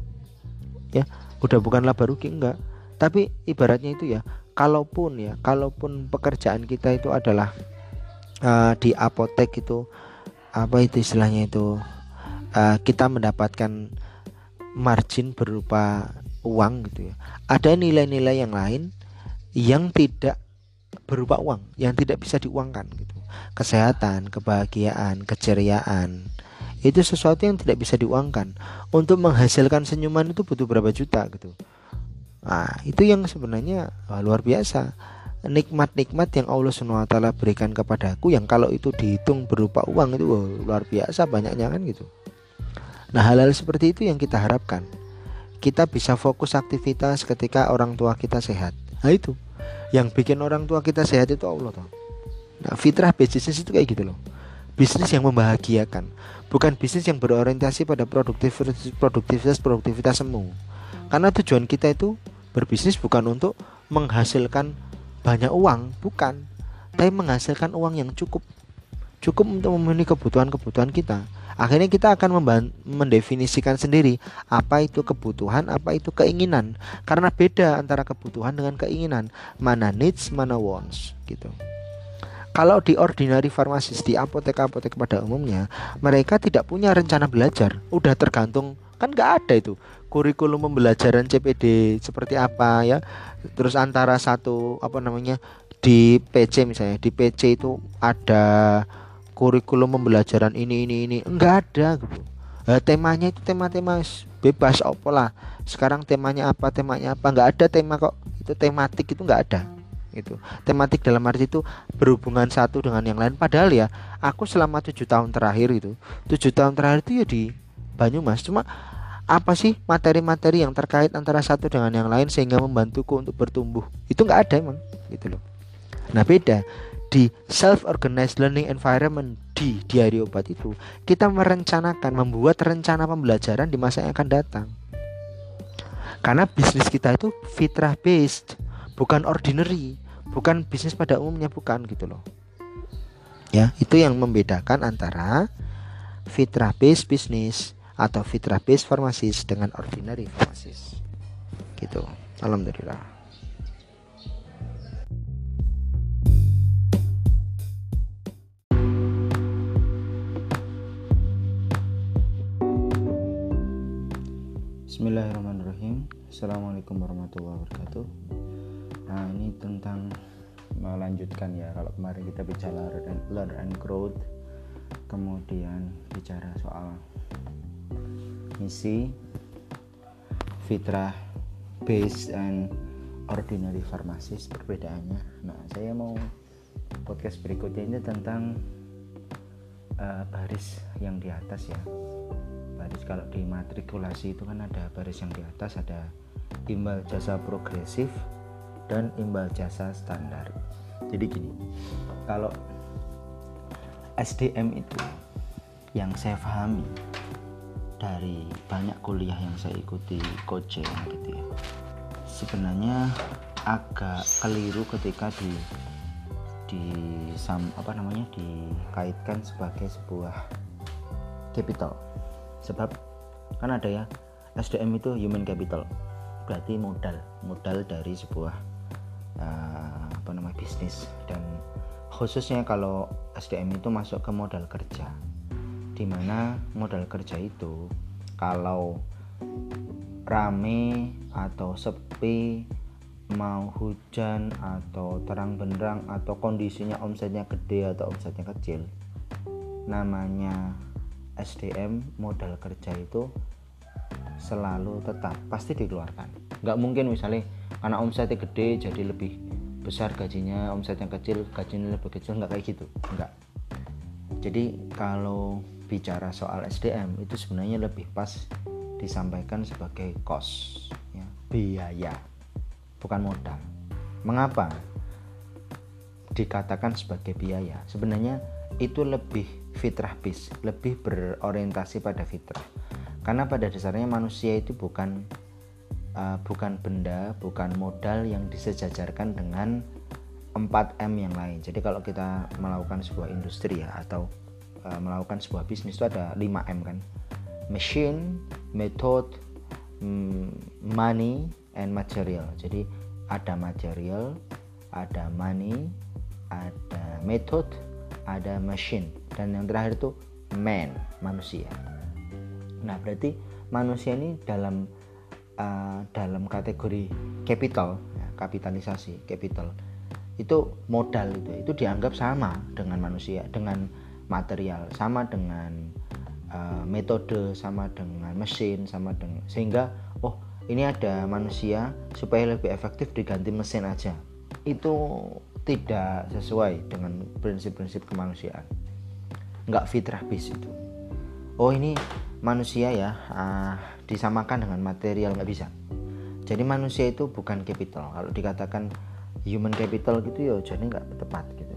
ya, udah bukan laba rugi enggak, tapi ibaratnya itu ya, kalaupun ya kalaupun pekerjaan kita itu adalah uh, di apotek itu apa itu istilahnya itu, uh, kita mendapatkan margin berupa uang gitu ya, ada nilai-nilai yang lain yang tidak berupa uang, yang tidak bisa diuangkan gitu. Kesehatan, kebahagiaan, keceriaan, itu sesuatu yang tidak bisa diuangkan. Untuk menghasilkan senyuman itu butuh berapa juta gitu. Nah, itu yang sebenarnya wah, luar biasa. Nikmat-nikmat yang Allah subhanahu wa taala berikan kepadaku, yang kalau itu dihitung berupa uang itu wah, luar biasa banyaknya kan gitu. Nah, hal-hal seperti itu yang kita harapkan. Kita bisa fokus aktivitas ketika orang tua kita sehat. Nah, itu yang bikin orang tua kita sehat itu Allah toh. Nah, fitrah bisnis itu kayak gitu loh. Bisnis yang membahagiakan, bukan bisnis yang berorientasi pada produktivitas produktivitas produktivitas semu. Karena tujuan kita itu berbisnis bukan untuk menghasilkan banyak uang, bukan, tapi menghasilkan uang yang cukup cukup untuk memenuhi kebutuhan-kebutuhan kita. Akhirnya kita akan memban- mendefinisikan sendiri apa itu kebutuhan, apa itu keinginan. Karena beda antara kebutuhan dengan keinginan, mana needs, mana wants gitu. Kalau di ordinary pharmacist, di apotek-apotek pada umumnya, mereka tidak punya rencana belajar. Udah tergantung, kan gak ada itu kurikulum pembelajaran C P D seperti apa ya. Terus antara satu apa namanya di P C misalnya, di P C itu ada kurikulum pembelajaran ini ini ini enggak ada gitu. Nah, temanya itu tema-tema bebas opolah. Sekarang temanya apa, temanya apa, enggak ada tema kok. Itu tematik itu enggak ada. Gitu. Tematik dalam arti itu berhubungan satu dengan yang lain. Padahal ya, aku selama tujuh tahun terakhir itu, tujuh tahun terakhir itu ya di Banyumas. Cuma apa sih materi-materi yang terkait antara satu dengan yang lain sehingga membantuku untuk bertumbuh? Itu enggak ada emang, gitu loh. Nah, beda di self-organized learning environment di diari obat itu, kita merencanakan, membuat rencana pembelajaran di masa yang akan datang. Karena bisnis kita itu fitrah based, bukan ordinary, bukan bisnis pada umumnya, bukan gitu loh. Ya, itu yang membedakan antara fitrah based bisnis atau fitrah based pharmacist dengan ordinary pharmacist. Gitu. Alhamdulillah. Bismillahirrahmanirrahim. Assalamualaikum warahmatullahi wabarakatuh. Nah, ini tentang melanjutkan ya. Kalau kemarin kita bicara learn and growth, kemudian bicara soal misi, fitrah based and ordinary pharmacist, perbedaannya. Nah, saya mau podcast berikutnya ini tentang uh, baris yang di atas ya. Baris kalau di matrikulasi itu kan ada baris yang di atas, ada imbal jasa progresif dan imbal jasa standar. Jadi gini, kalau S D M itu yang saya pahami dari banyak kuliah yang saya ikuti coaching gitu ya, sebenarnya agak keliru ketika di di sam, apa namanya dikaitkan sebagai sebuah capital. Sebab kan ada ya, S D M itu human capital, berarti modal modal dari sebuah uh, apa namanya bisnis, dan khususnya kalau S D M itu masuk ke modal kerja, di mana modal kerja itu kalau rame atau sepi, mau hujan atau terang benderang, atau kondisinya omsetnya gede atau omsetnya kecil, namanya S D M modal kerja itu selalu tetap pasti dikeluarkan. Nggak mungkin misalnya karena omsetnya gede jadi lebih besar gajinya, omsetnya kecil gajinya lebih kecil, nggak kayak gitu, nggak. Jadi kalau bicara soal S D M itu sebenarnya lebih pas disampaikan sebagai cost ya, biaya, bukan modal. Mengapa dikatakan sebagai biaya? Sebenarnya itu lebih fitrah bis, lebih berorientasi pada fitrah. Karena pada dasarnya manusia itu bukan uh, bukan benda, bukan modal yang disejajarkan dengan empat M yang lain. Jadi kalau kita melakukan sebuah industri ya, atau uh, melakukan sebuah bisnis itu ada lima M kan. Machine, method, money, and material. Jadi ada material, ada money, ada method, ada machine, dan yang terakhir itu man, manusia. Nah, berarti manusia ini dalam uh, dalam kategori capital, ya, kapitalisasi, capital itu modal, itu itu dianggap sama dengan manusia, dengan material, sama dengan uh, metode, sama dengan mesin, sama dengan, sehingga oh ini ada manusia, supaya lebih efektif diganti mesin aja. Itu tidak sesuai dengan prinsip-prinsip kemanusiaan, nggak fitrah bis itu. Oh ini manusia ya uh, disamakan dengan material, nggak bisa. Jadi manusia itu bukan capital. Kalau dikatakan human capital gitu ya jadi nggak tepat gitu.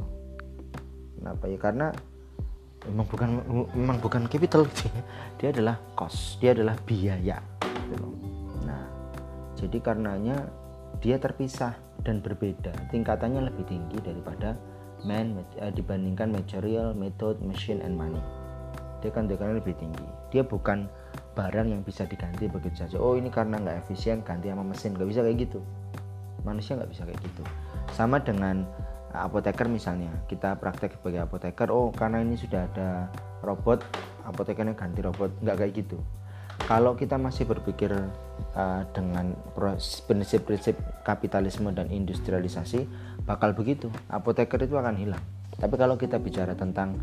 Kenapa ya? Karena memang bukan memang bukan capital gitu ya. Dia adalah cost, dia adalah biaya gitu loh. Nah, jadi karenanya dia terpisah dan berbeda, tingkatannya lebih tinggi daripada man eh, dibandingkan material, method, machine, and money. Dia kan tingkatannya lebih tinggi. Dia bukan barang yang bisa diganti begitu saja. Oh ini karena nggak efisien ganti sama mesin, nggak bisa kayak gitu. Manusia nggak bisa kayak gitu. Sama dengan apoteker misalnya, kita praktek sebagai apoteker, oh karena ini sudah ada robot, apotekernya ganti robot, nggak kayak gitu. Kalau kita masih berpikir uh, dengan prinsip-prinsip kapitalisme dan industrialisasi, bakal begitu, apoteker itu akan hilang. Tapi kalau kita bicara tentang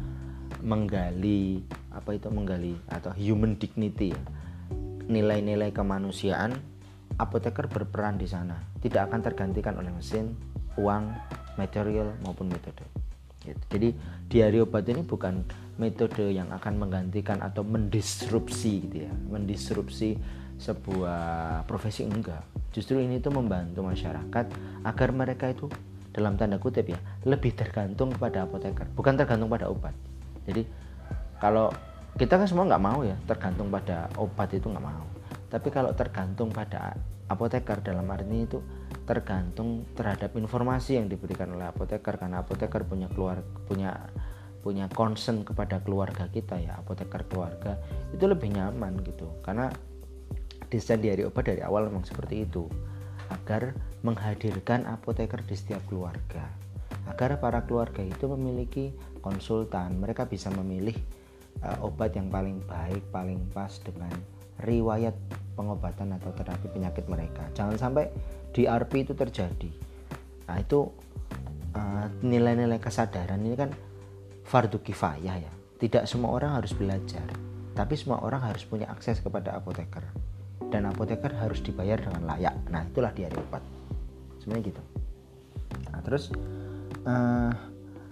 menggali apa itu menggali atau human dignity, nilai-nilai kemanusiaan, apoteker berperan di sana, tidak akan tergantikan oleh mesin, uang, material maupun metode. Jadi diari obat ini bukan metode yang akan menggantikan atau mendisrupsi gitu ya, mendisrupsi sebuah profesi, enggak. Justru ini tuh membantu masyarakat agar mereka itu dalam tanda kutip ya lebih tergantung pada apoteker, bukan tergantung pada obat. Jadi kalau kita kan semua nggak mau ya tergantung pada obat, itu nggak mau. Tapi kalau tergantung pada apoteker dalam arti itu tergantung terhadap informasi yang diberikan oleh apoteker, karena apoteker punya keluar punya punya concern kepada keluarga kita ya, apoteker keluarga itu lebih nyaman gitu, karena desain diari obat dari awal memang seperti itu, agar menghadirkan apoteker di setiap keluarga, agar para keluarga itu memiliki konsultan, mereka bisa memilih uh, obat yang paling baik, paling pas dengan riwayat pengobatan atau terapi penyakit mereka. Jangan sampai D R P itu terjadi. Nah itu uh, nilai-nilai kesadaran ini kan fardu kifayah ya. Tidak semua orang harus belajar, tapi semua orang harus punya akses kepada apoteker, dan apoteker harus dibayar dengan layak. Nah itulah diari obat sebenarnya gitu. Nah terus uh,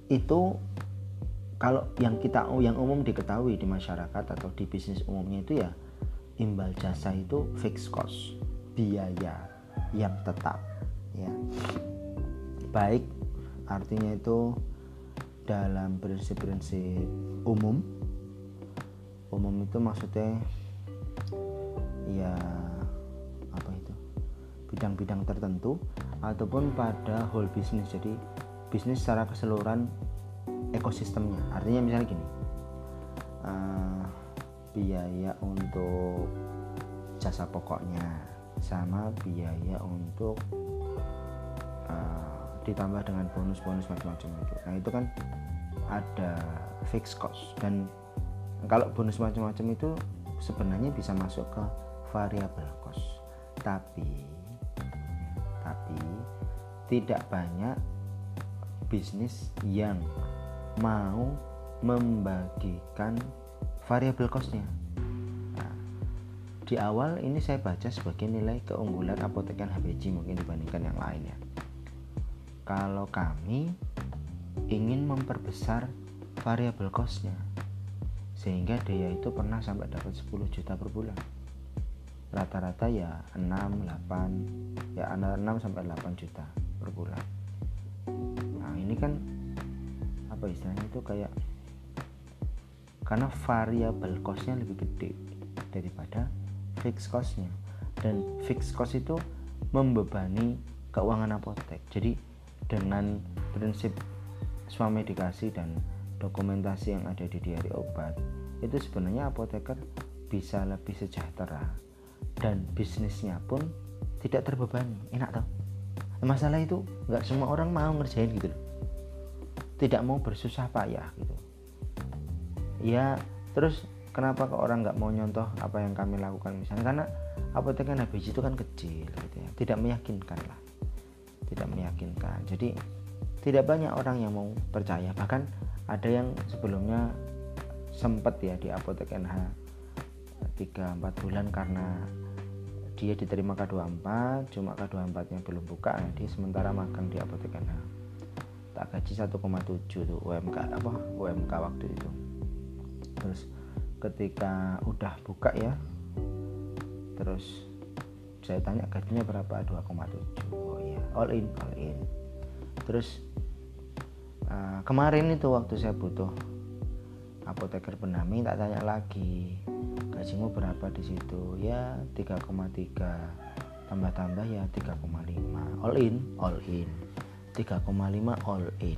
itu kalau yang kita yang umum diketahui di masyarakat atau di bisnis umumnya itu ya, imbal jasa itu fixed cost, biaya yang tetap ya. Baik artinya itu dalam prinsip-prinsip umum. Umum itu maksudnya ya apa itu, bidang-bidang tertentu ataupun pada whole bisnis, jadi bisnis secara keseluruhan ekosistemnya. Artinya misalnya gini, uh, biaya untuk jasa pokoknya sama biaya untuk uh, ditambah dengan bonus-bonus macam-macam itu. Nah itu kan ada fixed cost, dan kalau bonus macam-macam itu sebenarnya bisa masuk ke variable cost. Tapi tapi tidak banyak bisnis yang mau membagikan variable cost-nya. Nah, di awal ini saya baca sebagai nilai keunggulan Apoteker H B J mungkin dibandingkan yang lain ya. Kalau kami ingin memperbesar variable cost-nya, sehingga dia itu pernah sampai dapat sepuluh juta per bulan. Rata-rata ya enam, delapan, ya enam sampai delapan juta per bulan. Nah, ini kan apa istilahnya itu kayak, karena variable cost-nya lebih gede daripada fixed cost-nya, dan fixed cost itu membebani keuangan apotek. Jadi dengan prinsip swamedikasi dan dokumentasi yang ada di diari obat, itu sebenarnya apoteker bisa lebih sejahtera dan bisnisnya pun tidak terbebani. Enak toh? Masalah itu nggak semua orang mau ngerjain gitu loh, tidak mau bersusah payah gitu ya. Terus kenapa kok orang nggak mau nyontoh apa yang kami lakukan misalnya? Karena Apoteker H B J itu kan kecil gitu ya, tidak meyakinkan lah, tidak meyakinkan. Jadi tidak banyak orang yang mau percaya. Bahkan ada yang sebelumnya sempat ya di Apotek N H tiga empat bulan karena dia diterima K dua puluh empat, cuma K dua puluh empatnya belum buka, dia sementara magang di Apotek N H. Tak gaji satu koma tujuh tuh U M K apa U M K waktu itu. Terus ketika udah buka ya, terus saya tanya gajinya berapa, dua koma tujuh. Oh iya, all in, all in. Terus uh, kemarin itu waktu saya butuh apoteker pendamping, tak tanya lagi, gajimu berapa di situ? Ya tiga koma tiga, tambah-tambah ya tiga koma lima. All in, all in. tiga koma lima all in.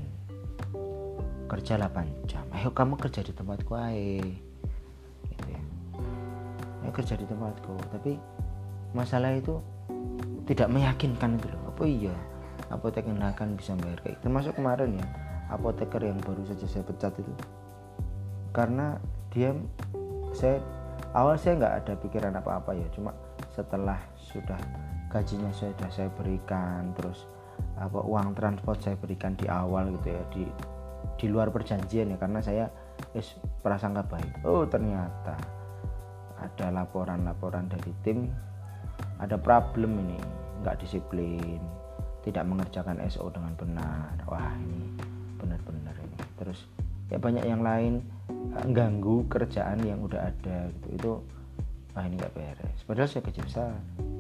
Kerja delapan jam. Ayo kamu kerja di tempatku ae. Gitu ya. Ayo kerja di tempatku. Tapi masalah itu tidak meyakinkan itu loh. Apa iya apoteker akan bisa bayar kayak, termasuk kemarin ya apoteker yang baru saja saya pecat itu, karena dia, saya awal saya nggak ada pikiran apa-apa ya, cuma setelah sudah gajinya sudah saya berikan, terus apa uang transport saya berikan di awal gitu ya, di di luar perjanjian ya, karena saya es prasangka baik. Oh ternyata ada laporan-laporan dari tim, ada problem ini, nggak disiplin, tidak mengerjakan S O dengan benar. Wah ini benar-benar ini. Terus ya banyak yang lain ganggu kerjaan yang udah ada gitu. Itu wah ini nggak beres. Padahal saya gaji besar.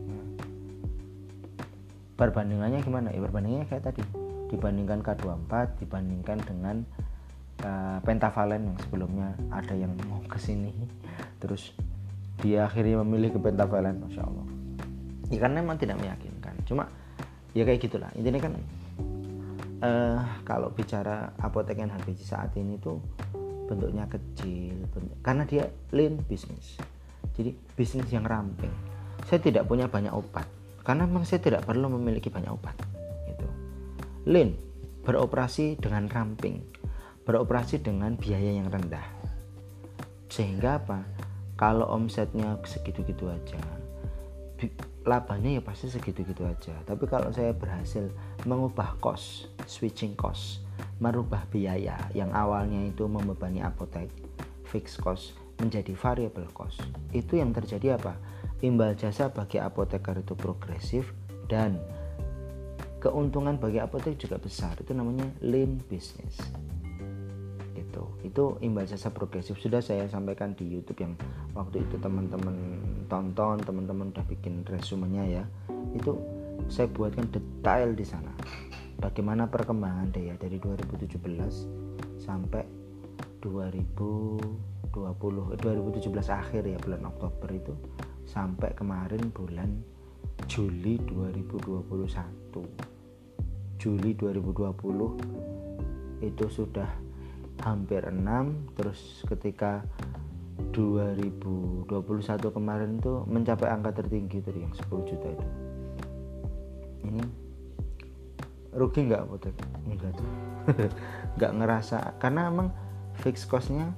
Perbandingannya gimana? Ya perbandingannya kayak tadi, dibandingkan K dua puluh empat, dibandingkan dengan uh, Pentavalen yang sebelumnya ada yang mau kesini, terus dia akhirnya memilih ke Pentavalen, masya Allah. Ya karena memang tidak meyakinkan. Cuma ya kayak gitulah. Intinya kan uh, kalau bicara Apotek H B J saat ini tuh bentuknya kecil, bentuk, karena dia lean bisnis. Jadi bisnis yang ramping. Saya tidak punya banyak obat, karena memang saya tidak perlu memiliki banyak obat. Gitu. Lean, beroperasi dengan ramping, beroperasi dengan biaya yang rendah. Sehingga apa? Kalau omsetnya segitu-gitu aja, labanya ya pasti segitu-gitu aja. Tapi kalau saya berhasil mengubah cost, switching cost, merubah biaya yang awalnya itu membebani apotek, fixed cost menjadi variable cost, itu yang terjadi apa? Imbal jasa bagi apoteker itu progresif dan keuntungan bagi apotek juga besar, itu namanya lean business. Itu itu imbal jasa progresif, sudah saya sampaikan di YouTube yang waktu itu teman-teman tonton, teman-teman udah bikin resumenya ya. Itu saya buatkan detail di sana. Bagaimana perkembangan dia dari dua ribu tujuh belas sampai dua ribu dua puluh dua ribu tujuh belas akhir ya, bulan Oktober itu sampai kemarin bulan Juli dua ribu dua puluh satu. Juli dua ribu dua puluh itu sudah hampir enam, terus ketika dua ribu dua puluh satu kemarin itu mencapai angka tertinggi tadi yang sepuluh juta itu. Ini rugi nggak apotek? Enggak tuh. Nggak ngerasa, karena emang fixed cost-nya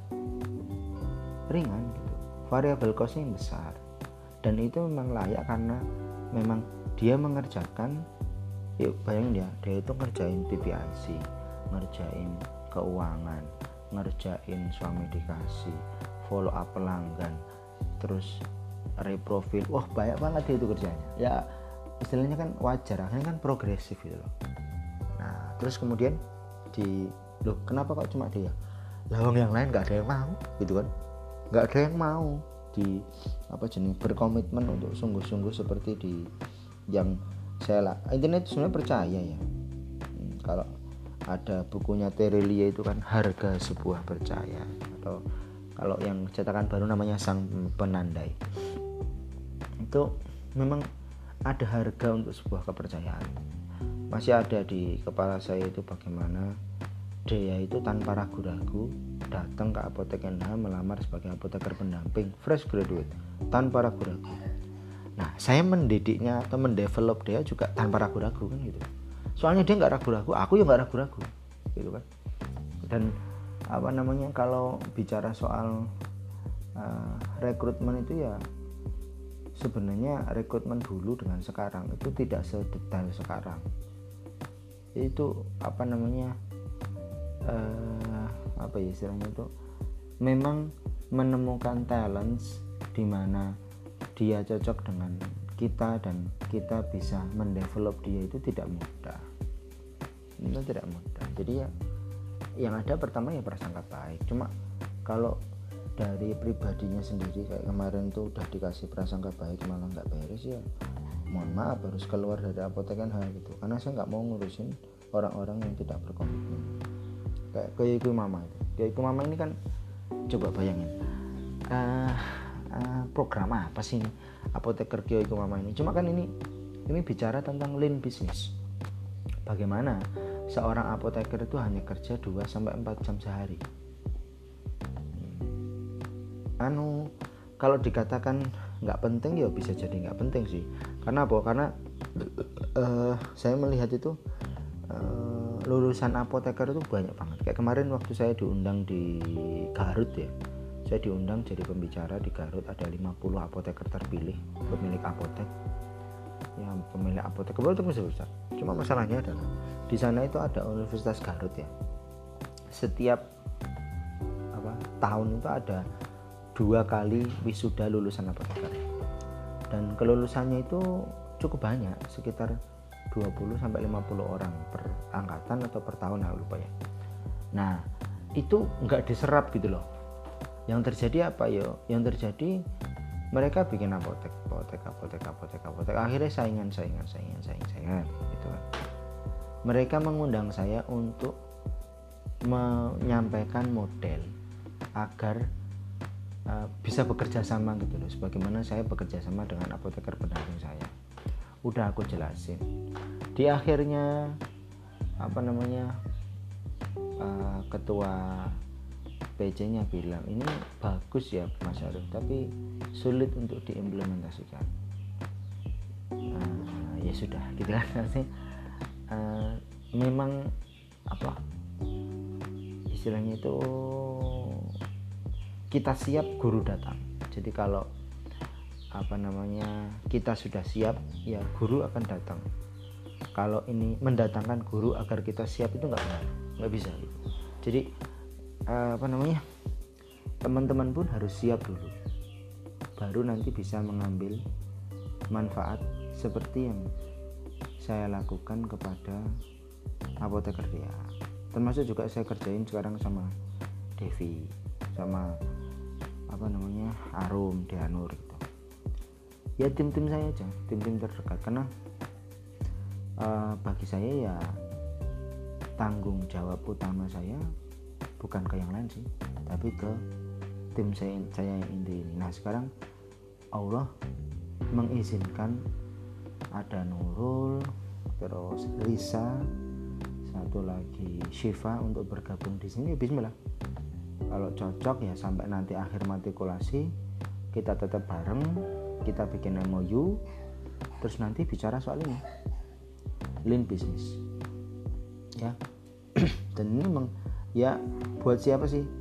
ringan gitu, variable cost-nya yang besar, dan itu memang layak karena memang dia mengerjakan. Yuk bayangin ya, dia itu ngerjain P P I C, ngerjain keuangan, ngerjain suami dikasih, follow up pelanggan, terus reprofil, wah banyak banget dia itu kerjanya ya, istilahnya kan wajar, akhirnya kan progresif gitu loh. Nah terus kemudian di loh kenapa kok cuma dia, lawang yang lain nggak ada yang mau gitu kan, nggak ada yang mau di apa jenis berkomitmen untuk sungguh-sungguh seperti di yang saya lah. Internet sebenarnya percaya ya, hmm, kalau ada bukunya Terelia itu kan harga sebuah percaya, atau kalau yang cetakan baru namanya Sang Penandai, itu memang ada harga untuk sebuah kepercayaan. Masih ada di kepala saya itu bagaimana dia itu tanpa ragu-ragu datang ke Apotek N H melamar sebagai apoteker pendamping fresh graduate tanpa ragu-ragu. Nah saya mendidiknya atau mendevelop dia juga tanpa ragu-ragu kan gitu. Soalnya dia nggak ragu-ragu, aku ya nggak ragu-ragu gitu kan. Dan apa namanya, kalau bicara soal uh, rekrutmen itu ya sebenarnya rekrutmen dulu dengan sekarang itu tidak sedetail sekarang. Itu apa namanya uh, apa ya istilahnya itu, memang menemukan talents di mana dia cocok dengan kita dan kita bisa mendevelop dia itu tidak mudah. Itu tidak mudah. Jadi ya yang ada pertama ya prasangka baik. Cuma kalau dari pribadinya sendiri kayak kemarin tuh udah dikasih prasangka baik malah nggak beres ya, mohon maaf harus keluar dari Apotek N H gitu. Karena saya nggak mau ngurusin orang-orang yang tidak berkomitmen. Kayak Kiyoiku Mama itu. Kiyoiku Mama ini kan coba bayangin. Uh, Uh, program apa sih ini apoteker Kiyoiku Mama ini? Cuma kan ini ini bicara tentang lean business. Bagaimana seorang apoteker itu hanya kerja dua sampai empat jam sehari. Hmm. Anu kalau dikatakan nggak penting ya bisa jadi nggak penting sih. Karena apa? Karena uh, saya melihat itu uh, lulusan apoteker itu banyak banget. Kayak kemarin waktu saya diundang di Garut ya. Saya diundang jadi pembicara di Garut, ada lima puluh apoteker terpilih, pemilik apotek. Ya, pemilik apotek kebetulan besar-besar. Cuma masalahnya adalah di sana itu ada Universitas Garut ya. Setiap apa tahun itu ada dua kali wisuda lulusan apoteker. Dan kelulusannya itu cukup banyak, sekitar dua puluh sampai lima puluh orang per angkatan atau per tahun, aku lupa ya. Nah, itu enggak diserap gitu loh. Yang terjadi apa yo? Yang terjadi mereka bikin apotek, apotek, apotek, apotek, apotek. Akhirnya saingan, saingan, saingan, saingan, saingan, gitu kan. Mereka mengundang saya untuk menyampaikan model agar uh, bisa bekerja sama gitu loh. Sebagaimana saya bekerja sama dengan apoteker pendamping saya. Udah aku jelasin. Di akhirnya apa namanya uh, ketua P C-nya bilang ini bagus ya Mas Arif, tapi sulit untuk diimplementasikan. Nah, ya sudah gitu kan. uh, memang apa istilahnya itu kita siap guru datang. Jadi kalau apa namanya kita sudah siap ya guru akan datang. Kalau ini mendatangkan guru agar kita siap itu nggak benar, nggak bisa gitu. Jadi apa namanya teman-teman pun harus siap dulu, baru nanti bisa mengambil manfaat seperti yang saya lakukan kepada apoteker dia. Termasuk juga saya kerjain sekarang sama Devi, sama apa namanya Arum, Deanur gitu. Ya tim-tim saya aja, tim-tim terdekat, karena uh, bagi saya ya tanggung jawab utama saya bukan ke yang lain sih, tapi ke tim saya, saya yang inti ini. Nah sekarang Allah mengizinkan ada Nurul, terus Lisa, satu lagi Syifa untuk bergabung di sini. Bismillah, kalau cocok ya sampai nanti akhir matrikulasi kita tetap bareng, kita bikin M O U, terus nanti bicara soal ini lean business ya. Dan ini memang ya buat siapa sih?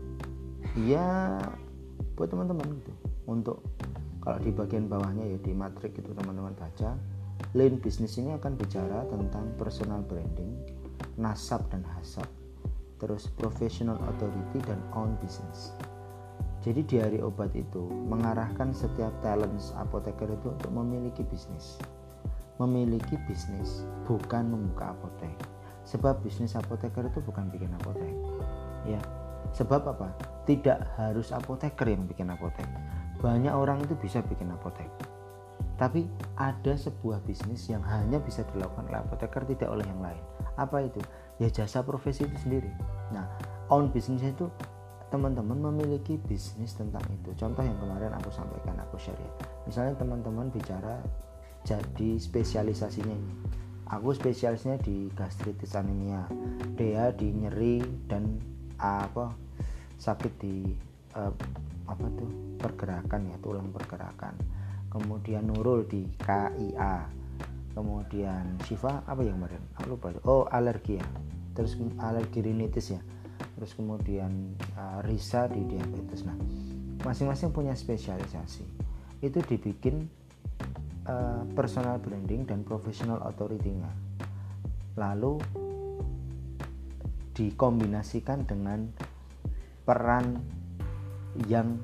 Ya buat teman-teman gitu. Untuk kalau di bagian bawahnya ya di matrik itu teman-teman baca, lean business ini akan bicara tentang personal branding, nasab dan hasab, terus professional authority dan own business. Jadi di hari obat itu mengarahkan setiap talents apoteker itu untuk memiliki bisnis. Memiliki bisnis, bukan membuka apotek. Sebab bisnis apoteker itu bukan bikin apotek. Ya. Sebab apa? Tidak harus apoteker yang bikin apotek. Banyak orang itu bisa bikin apotek. Tapi ada sebuah bisnis yang hanya bisa dilakukan oleh apoteker, tidak oleh yang lain. Apa itu? Ya jasa profesi itu sendiri. Nah, own business itu teman-teman memiliki bisnis tentang itu. Contoh yang kemarin aku sampaikan, aku share ya. Misalnya teman-teman bicara jadi spesialisasinya ini. Aku spesialisnya di gastritis anemia, Dea di nyeri dan apa sakit di uh, apa tuh pergerakan ya, tulang pergerakan. Kemudian Nurul di K I A. Kemudian Syifa apa yang kemarin? Aku lupa. Oh, alergi ya. Terus alergi rinitis ya. Terus kemudian uh, Risa di diabetes. Nah, masing-masing punya spesialisasi. Itu dibikin uh, personal branding dan professional authority-nya. Lalu dikombinasikan dengan peran yang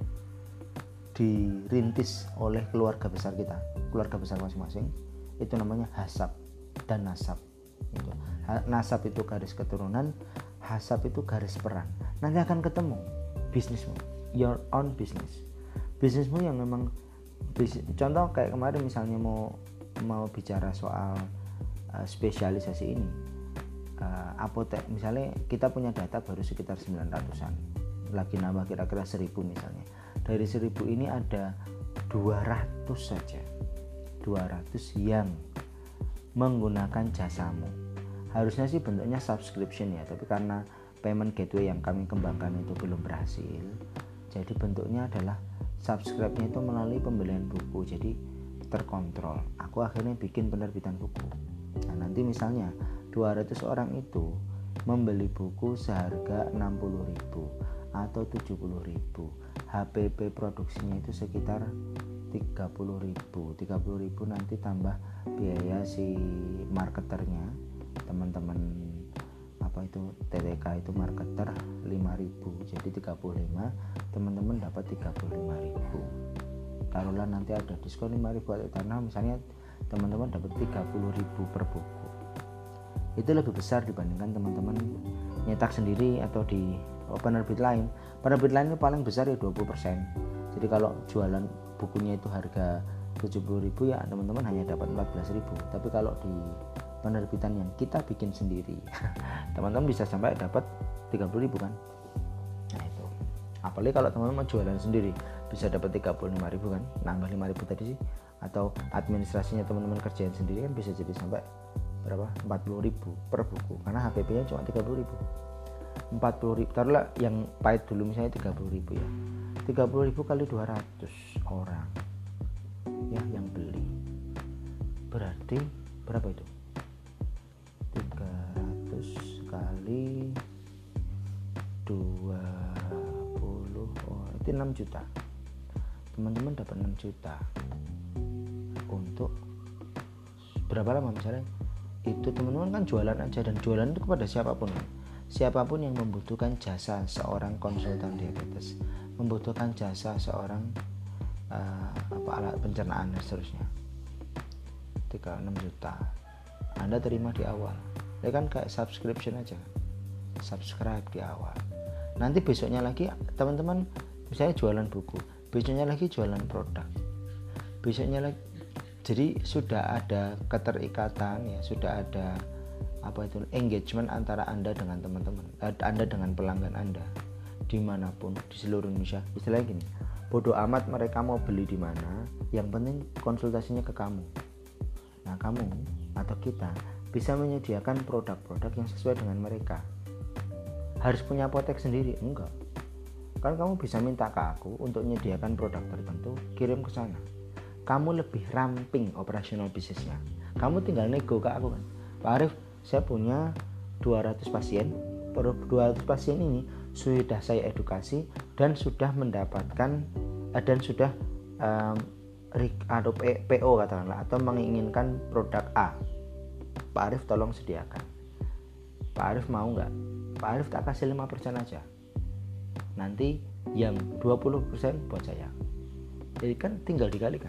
dirintis oleh keluarga besar kita, keluarga besar masing-masing. Itu namanya hasab dan nasab. Itu. Nasab itu garis keturunan, hasab itu garis peran. Nanti akan ketemu bisnismu, your own business. Bisnismu yang memang bisnis, contoh kayak kemarin misalnya mau mau bicara soal uh, spesialisasi ini. Uh, apotek misalnya kita punya data baru sekitar sembilan ratusan, lagi nambah kira-kira seribu misalnya. Dari seribu ini ada dua ratus saja, dua ratus yang menggunakan jasamu. Harusnya sih bentuknya subscription ya, tapi karena payment gateway yang kami kembangkan itu belum berhasil, jadi bentuknya adalah subscribe-nya itu melalui pembelian buku, jadi terkontrol. Aku akhirnya bikin penerbitan buku. Nah nanti misalnya dua ratus orang itu membeli buku seharga enam puluh ribu atau tujuh puluh ribu. H P P produksinya itu sekitar tiga puluh ribu. tiga puluh ribu nanti tambah biaya si marketernya, teman-teman apa itu T T K itu marketer lima ribu. Jadi tiga puluh lima, teman-teman dapat tiga puluh lima ribu. Taruhlah nanti ada diskon lima ribu atau tanah, misalnya teman-teman dapat tiga puluh ribu per buku. Itu lebih besar dibandingkan teman-teman nyetak sendiri atau di oh, penerbit lain. Penerbit lain itu paling besar ya dua puluh persen. Jadi kalau jualan bukunya itu harga tujuh puluh ribu ya teman-teman hanya dapat empat belas ribu. Tapi kalau di penerbitan yang kita bikin sendiri teman-teman bisa sampai dapat tiga puluh ribu kan. Nah itu. Apalagi kalau teman-teman jualan sendiri bisa dapat tiga puluh lima ribu kan. Nambah lima ribu tadi sih. Atau administrasinya teman-teman kerjain sendiri kan bisa jadi sampai berapa? empat puluh ribu per buku, karena H P P-nya cuma tiga puluh ribu. empat puluh ribu, taruhlah yang pahit dulu misalnya tiga puluh ribu ya. tiga puluh ribu kali dua ratus orang ya yang beli. Berarti berapa itu? tiga ratus kali dua puluh, oh, itu enam juta. Teman-teman dapat enam juta. Untuk berapa lama misalnya? Itu teman-teman kan jualan aja, dan jualan itu kepada siapapun siapapun yang membutuhkan jasa seorang konsultan diabetes, membutuhkan jasa seorang uh, apa alat pencernaan dan seterusnya. tiga puluh enam juta Anda terima di awal. Ya kan kayak subscription aja, subscribe di awal. Nanti besoknya lagi teman-teman misalnya jualan buku, besoknya lagi jualan produk, besoknya lagi. Jadi sudah ada keterikatan ya, sudah ada apa itu engagement antara Anda dengan teman-teman, Anda dengan pelanggan Anda dimanapun di seluruh Indonesia. Istilahnya gini, bodoh amat mereka mau beli di mana, yang penting konsultasinya ke kamu. Nah kamu atau kita bisa menyediakan produk-produk yang sesuai dengan mereka. Harus punya apotek sendiri? Enggak. Kan kamu bisa minta ke aku untuk menyediakan produk tertentu, kirim ke sana. Kamu lebih ramping operasional bisnisnya. Kamu tinggal nego ke aku kan, Pak Arif, saya punya dua ratus pasien. dua ratus pasien ini sudah saya edukasi dan sudah mendapatkan dan sudah um, atau P O katakanlah, atau menginginkan produk A. Pak Arif tolong sediakan. Pak Arif mau nggak? Pak Arif tak kasih lima persen aja. Nanti yang dua puluh persen buat saya. Jadi kan tinggal dikalikan.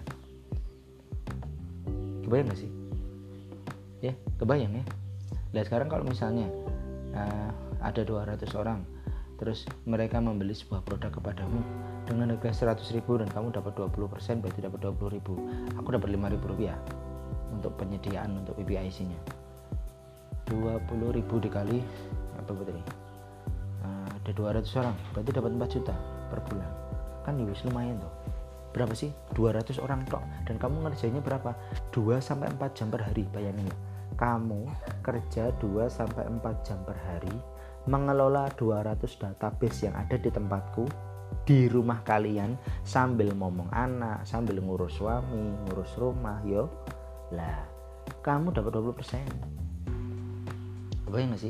Kebayang nggak sih? Ya, kebayang ya. Nah sekarang kalau misalnya uh, ada dua ratus orang, terus mereka membeli sebuah produk kepadamu dengan harga seratus ribu dan kamu dapat dua puluh persen, berarti dapat dua puluh ribu. Aku dapat lima ribu rupiah untuk penyediaan untuk P P I C-nya. dua puluh ribu dikali apa betul? Uh, ada dua ratus orang, berarti dapat empat juta per bulan. Kan ya lumayan tuh. Berapa sih? dua ratus orang tok, dan kamu ngerjainnya berapa? dua sampai empat jam per hari. Bayangin ya. Kamu kerja dua sampai empat jam per hari mengelola dua ratus database yang ada di tempatku di rumah kalian, sambil ngomong anak, sambil ngurus suami, ngurus rumah, yo. Lah, kamu dapat dua puluh persen. Kebayang gak sih?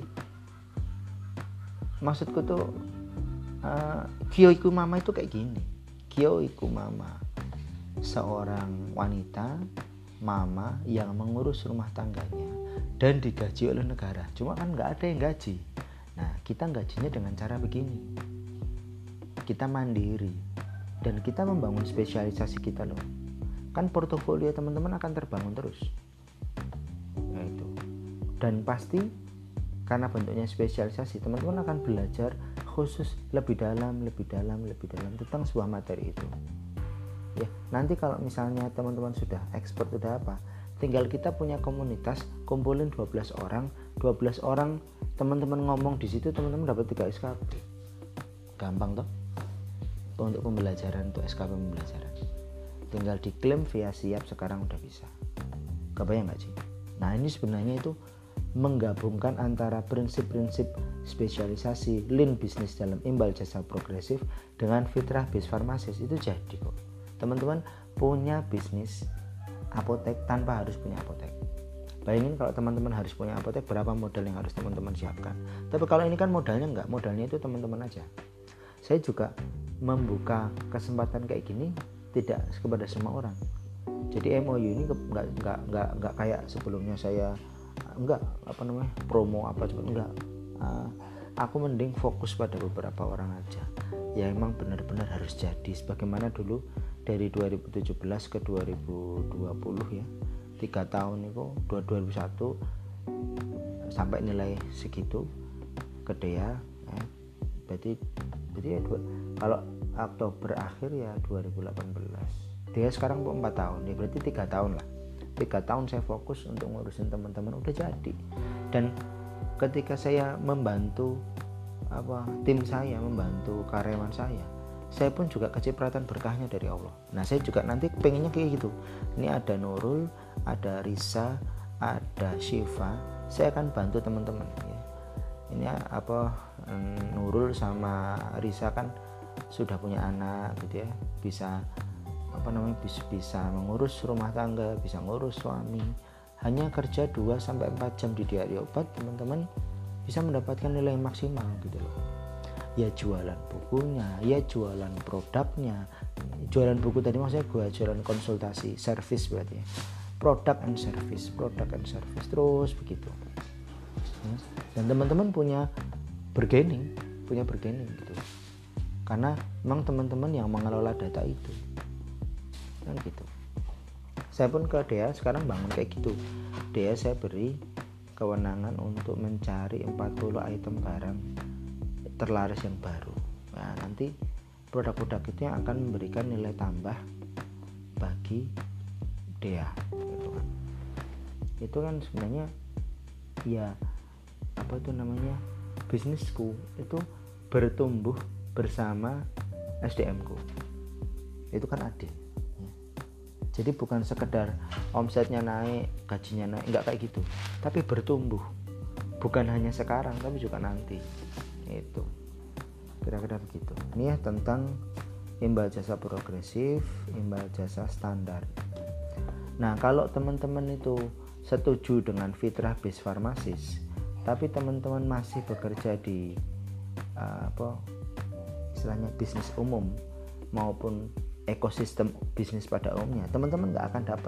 Maksudku tuh uh, Kyo iku mama itu kayak gini. Kyo iku mama, seorang wanita mama yang mengurus rumah tangganya dan digaji oleh negara. Cuma kan nggak ada yang gaji. Nah, kita gajinya dengan cara begini. Kita mandiri dan kita membangun spesialisasi kita loh. Kan portofolio teman-teman akan terbangun terus. Nah, itu. Dan pasti karena bentuknya spesialisasi, teman-teman akan belajar khusus lebih dalam, lebih dalam, lebih dalam tentang sebuah materi itu. Ya, nanti kalau misalnya teman-teman sudah expert sudah apa, tinggal kita punya komunitas, kumpulin dua belas orang, dua belas orang teman-teman ngomong di situ, teman-teman dapat tiga S K P. Gampang toh? Untuk pembelajaran, untuk S K P pembelajaran. Tinggal diklaim via siap, sekarang udah bisa. Kebayang enggak sih? Nah, ini sebenarnya itu menggabungkan antara prinsip-prinsip spesialisasi lean business dalam imbal jasa progresif dengan fitrah based pharmacist. Itu jadi kok. Teman-teman punya bisnis apotek tanpa harus punya apotek. Bayangin kalau teman-teman harus punya apotek, berapa modal yang harus teman-teman siapkan. Tapi kalau ini kan modalnya enggak, modalnya itu teman-teman aja. Saya juga membuka kesempatan kayak gini tidak kepada semua orang. Jadi M O U ini enggak enggak enggak enggak kayak sebelumnya saya enggak apa namanya promo apa coba enggak. Uh, aku mending fokus pada beberapa orang aja yang emang benar-benar harus jadi. Sebagaimana dulu dari dua ribu tujuh belas ke dua ribu dua puluh ya, tiga tahun itu dua ribu satu sampai nilai segitu gede ya, eh, berarti berarti ya dua, kalau Oktober akhir ya dua ribu delapan belas, dia sekarang empat tahun ya, berarti tiga tahun lah. Tiga tahun saya fokus untuk ngurusin teman-teman, udah jadi. Dan ketika saya membantu apa tim saya, membantu karyawan saya, saya pun juga kecipratan berkahnya dari Allah. Nah, saya juga nanti pengennya kayak gitu. Ini ada Nurul, ada Risa, ada Syifa. Saya akan bantu teman-teman ya. Ini apa Nurul sama Risa kan sudah punya anak gitu ya, bisa apa namanya bisa, bisa mengurus rumah tangga, bisa ngurus suami. Hanya kerja dua sampai empat jam di diari obat, teman-teman bisa mendapatkan nilai maksimal gitu loh. Ya jualan bukunya, ya jualan produknya. Jualan buku tadi maksudnya gue jualan konsultasi, service berarti ya. Product and service, product and service terus begitu. Dan teman-teman punya bargaining, punya bargaining gitu. Karena memang teman-teman yang mengelola data itu. Kan gitu. Saya pun ke dia sekarang bangun kayak gitu. dia saya beri kewenangan untuk mencari empat puluh item barang terlaris yang baru. Nah, nanti produk-produk itu yang akan memberikan nilai tambah bagi dia gitu kan. Itu kan sebenarnya ya apa itu namanya, bisnisku itu bertumbuh bersama S D M ku. Itu kan adil ya. Jadi bukan sekedar omsetnya naik, gajinya naik, enggak kayak gitu, tapi bertumbuh. Bukan hanya sekarang tapi juga nanti. Itu kira-kira begitu. Ini ya tentang imbal jasa progresif, imbal jasa standar. Nah, kalau teman-teman itu setuju dengan fitrah based pharmacist, tapi teman-teman masih bekerja di uh, apa istilahnya bisnis umum maupun ekosistem bisnis pada umumnya, teman-teman nggak akan dapat.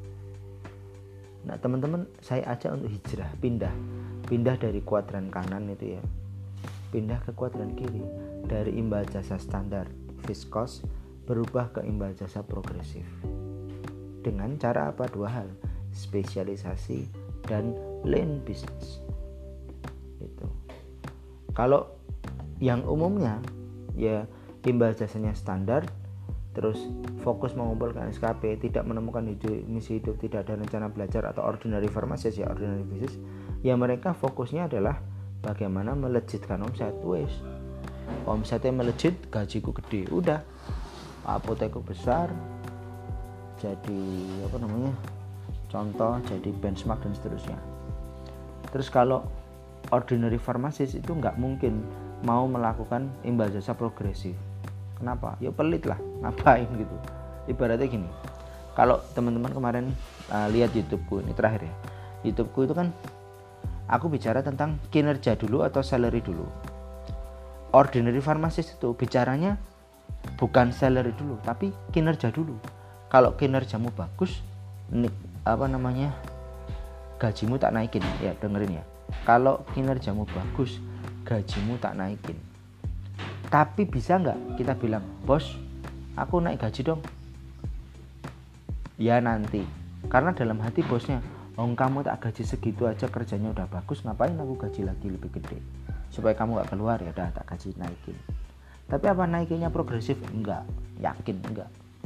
Nah, teman-teman saya ajak untuk hijrah, pindah pindah dari kuadran kanan itu ya, pindah ke kuadran kiri, dari imbal jasa standar fixed cost berubah ke imbal jasa progresif. Dengan cara apa? Dua hal, spesialisasi dan lean business. Itu. Kalau yang umumnya ya imbal jasanya standar, terus fokus mengumpulkan S K P, tidak menemukan hidup, misi hidup, tidak ada rencana belajar, atau ordinary pharmacist ya ordinary business, ya mereka fokusnya adalah bagaimana melejitkan omset. Wes, omsetnya melejit, gajiku gede, udah, apotekku besar, jadi apa namanya, contoh, jadi benchmark dan seterusnya. Terus kalau ordinary pharmacist itu nggak mungkin mau melakukan imbal jasa progresif. Kenapa? Ya pelit lah, ngapain gitu. Ibaratnya gini, kalau teman-teman kemarin uh, lihat YouTubeku ini terakhir ya, YouTubeku itu kan aku bicara tentang kinerja dulu atau salary dulu. Ordinary pharmacist itu bicaranya bukan salary dulu, tapi kinerja dulu. Kalau kinerjamu bagus, nih, apa namanya, gajimu tak naikin, ya dengerin ya. Kalau kinerjamu bagus, gajimu tak naikin. Tapi bisa nggak kita bilang, bos, aku naik gaji dong? Ya nanti, karena dalam hati bosnya, oh kamu tak gaji segitu aja, kerjanya udah bagus, ngapain aku gaji lagi lebih gede? Supaya kamu nggak keluar, ya udah tak gaji naikin. Tapi apa naikinnya progresif? Enggak, yakin enggak.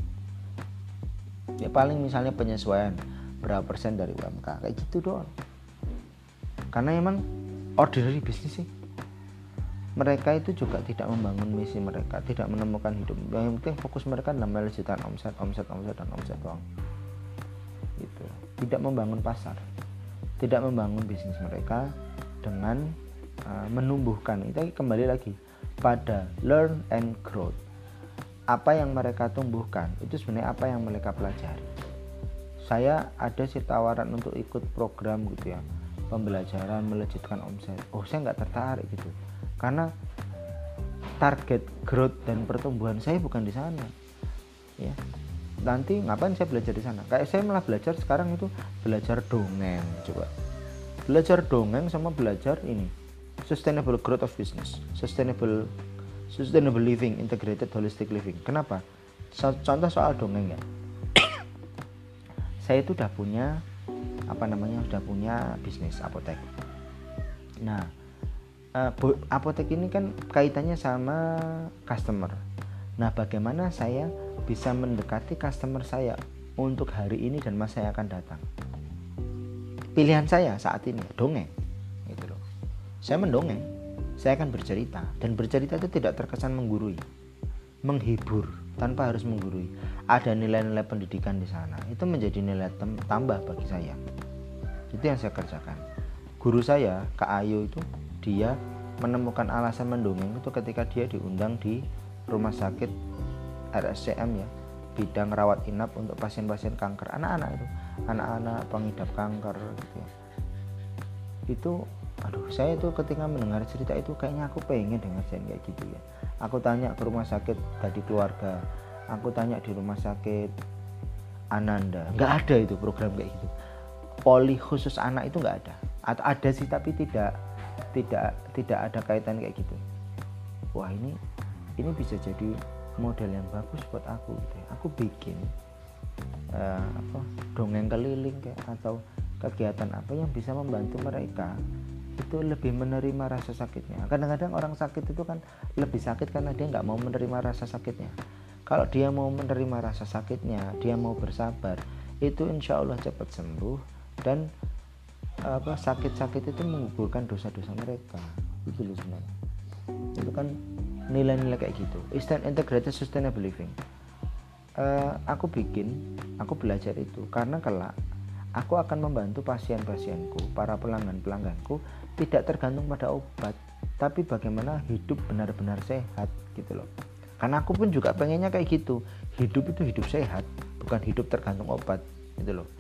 Ya paling misalnya penyesuaian berapa persen dari U M K, kayak gitu doang. Karena emang ordinary bisnis sih, mereka itu juga tidak membangun misi mereka, tidak menemukan hidup. Yang penting fokus mereka dalam melejitkan omset, omset, omset, dan omset doang. Gitu. Tidak membangun pasar, tidak membangun bisnis mereka dengan uh, menumbuhkan. Itu kembali lagi pada learn and growth. Apa yang mereka tumbuhkan itu sebenarnya apa yang mereka pelajari. Saya ada sih tawaran untuk ikut program gitu ya, pembelajaran melejitkan omset. Oh, saya nggak tertarik gitu, karena target growth dan pertumbuhan saya bukan di sana. Ya, nanti ngapain saya belajar di sana? Kayak saya malah belajar sekarang itu belajar dongeng, coba belajar dongeng sama belajar ini sustainable growth of business, sustainable sustainable living, integrated holistic living. Kenapa? So, contoh soal dongeng ya. Saya itu udah punya apa namanya, udah punya bisnis apotek. Nah, uh, apotek ini kan kaitannya sama customer. Nah, bagaimana saya bisa mendekati customer saya untuk hari ini dan masa yang akan datang? Pilihan saya saat ini dongeng, gitu loh. Saya mendongeng, saya akan bercerita, dan bercerita itu tidak terkesan menggurui, menghibur tanpa harus menggurui. Ada nilai-nilai pendidikan di sana, itu menjadi nilai tem- tambah bagi saya. Itu yang saya kerjakan. Guru saya, Kak Ayu itu, dia menemukan alasan mendongeng itu ketika dia diundang di rumah sakit R S C M ya, bidang rawat inap untuk pasien-pasien kanker, anak-anak itu, anak-anak pengidap kanker gitu ya. Itu, aduh, saya itu ketika mendengar cerita itu kayaknya aku pengen dengar cerita kayak gitu ya. Aku tanya ke rumah sakit Gadi Keluarga, aku tanya di rumah sakit Ananda, nggak ada itu program kayak gitu. Poli khusus anak itu nggak ada, atau ada sih tapi tidak tidak tidak ada kaitan kayak gitu. Wah, ini ini bisa jadi model yang bagus buat aku gitu ya. Aku bikin uh, apa dongeng keliling kayak, atau kegiatan apa yang bisa membantu mereka itu lebih menerima rasa sakitnya. Kadang-kadang orang sakit itu kan lebih sakit karena dia nggak mau menerima rasa sakitnya. Kalau dia mau menerima rasa sakitnya, dia mau bersabar, itu insya Allah cepat sembuh. Dan apa, sakit-sakit itu menggugurkan dosa-dosa mereka. Itu loh sebenarnya. Itu kan nilai-nilai kayak gitu. Instant integrated sustainable living. Uh, aku bikin, aku belajar itu karena kelak aku akan membantu pasien-pasienku, para pelanggan-pelangganku tidak tergantung pada obat, tapi bagaimana hidup benar-benar sehat gitu loh. Karena aku pun juga pengennya kayak gitu, hidup itu hidup sehat, bukan hidup tergantung obat gitu loh.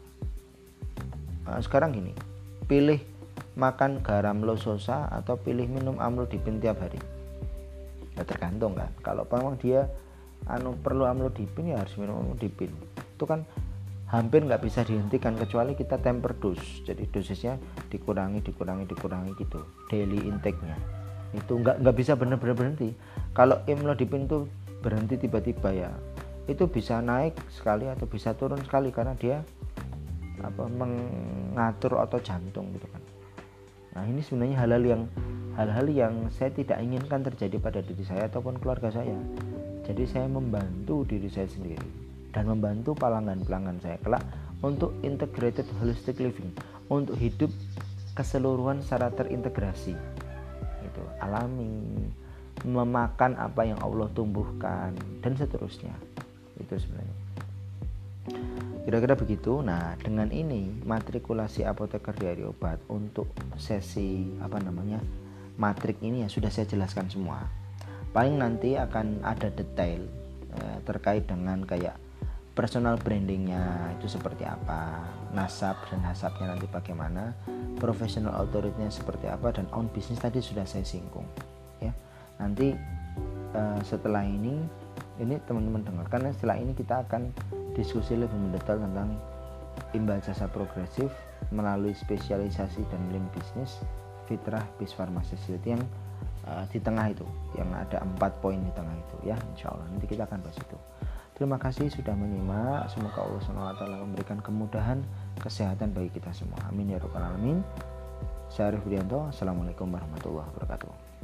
Uh, sekarang gini, pilih makan garam lososa atau pilih minum amlodipin tiap hari. Ya tergantung kan. Kalau memang dia anu perlu amlodipin ya harus minum amlodipin. Itu kan hampir nggak bisa dihentikan kecuali kita temper dose. Jadi dosisnya dikurangi, dikurangi, dikurangi gitu. Daily intake-nya itu nggak nggak bisa benar-benar berhenti. Kalau amlodipin itu berhenti tiba-tiba ya itu bisa naik sekali atau bisa turun sekali karena dia apa mengatur otot jantung gitu kan. Nah ini sebenarnya hal-hal yang hal-hal yang saya tidak inginkan terjadi pada diri saya ataupun keluarga saya. Jadi saya membantu diri saya sendiri dan membantu pelanggan-pelanggan saya kelak untuk integrated holistic living, untuk hidup keseluruhan secara terintegrasi. Itu alami, memakan apa yang Allah tumbuhkan dan seterusnya. Itu sebenarnya. Kira-kira begitu. Nah, dengan ini matrikulasi apoteker diari obat untuk sesi apa namanya? matrik ini ya sudah saya jelaskan semua. Paling nanti akan ada detail eh, terkait dengan kayak personal brandingnya itu seperti apa, nasab dan hasabnya nanti bagaimana, professional authority-nya seperti apa, dan own business tadi sudah saya singgung ya. Nanti eh, setelah ini ini teman-teman dengarkan, setelah ini kita akan diskusi lebih mendetail tentang imbal jasa progresif melalui spesialisasi dan link bisnis Fitrah Bis Farmasi yang Uh, di tengah itu, yang ada empat poin di tengah itu ya, insya Allah nanti kita akan bahas itu. Terima kasih sudah menyimak, semoga Allah subhanahu wa taala memberikan kemudahan, kesehatan bagi kita semua, amin ya rabbal alamin. Saya Arif Budianto, assalamualaikum warahmatullahi wabarakatuh.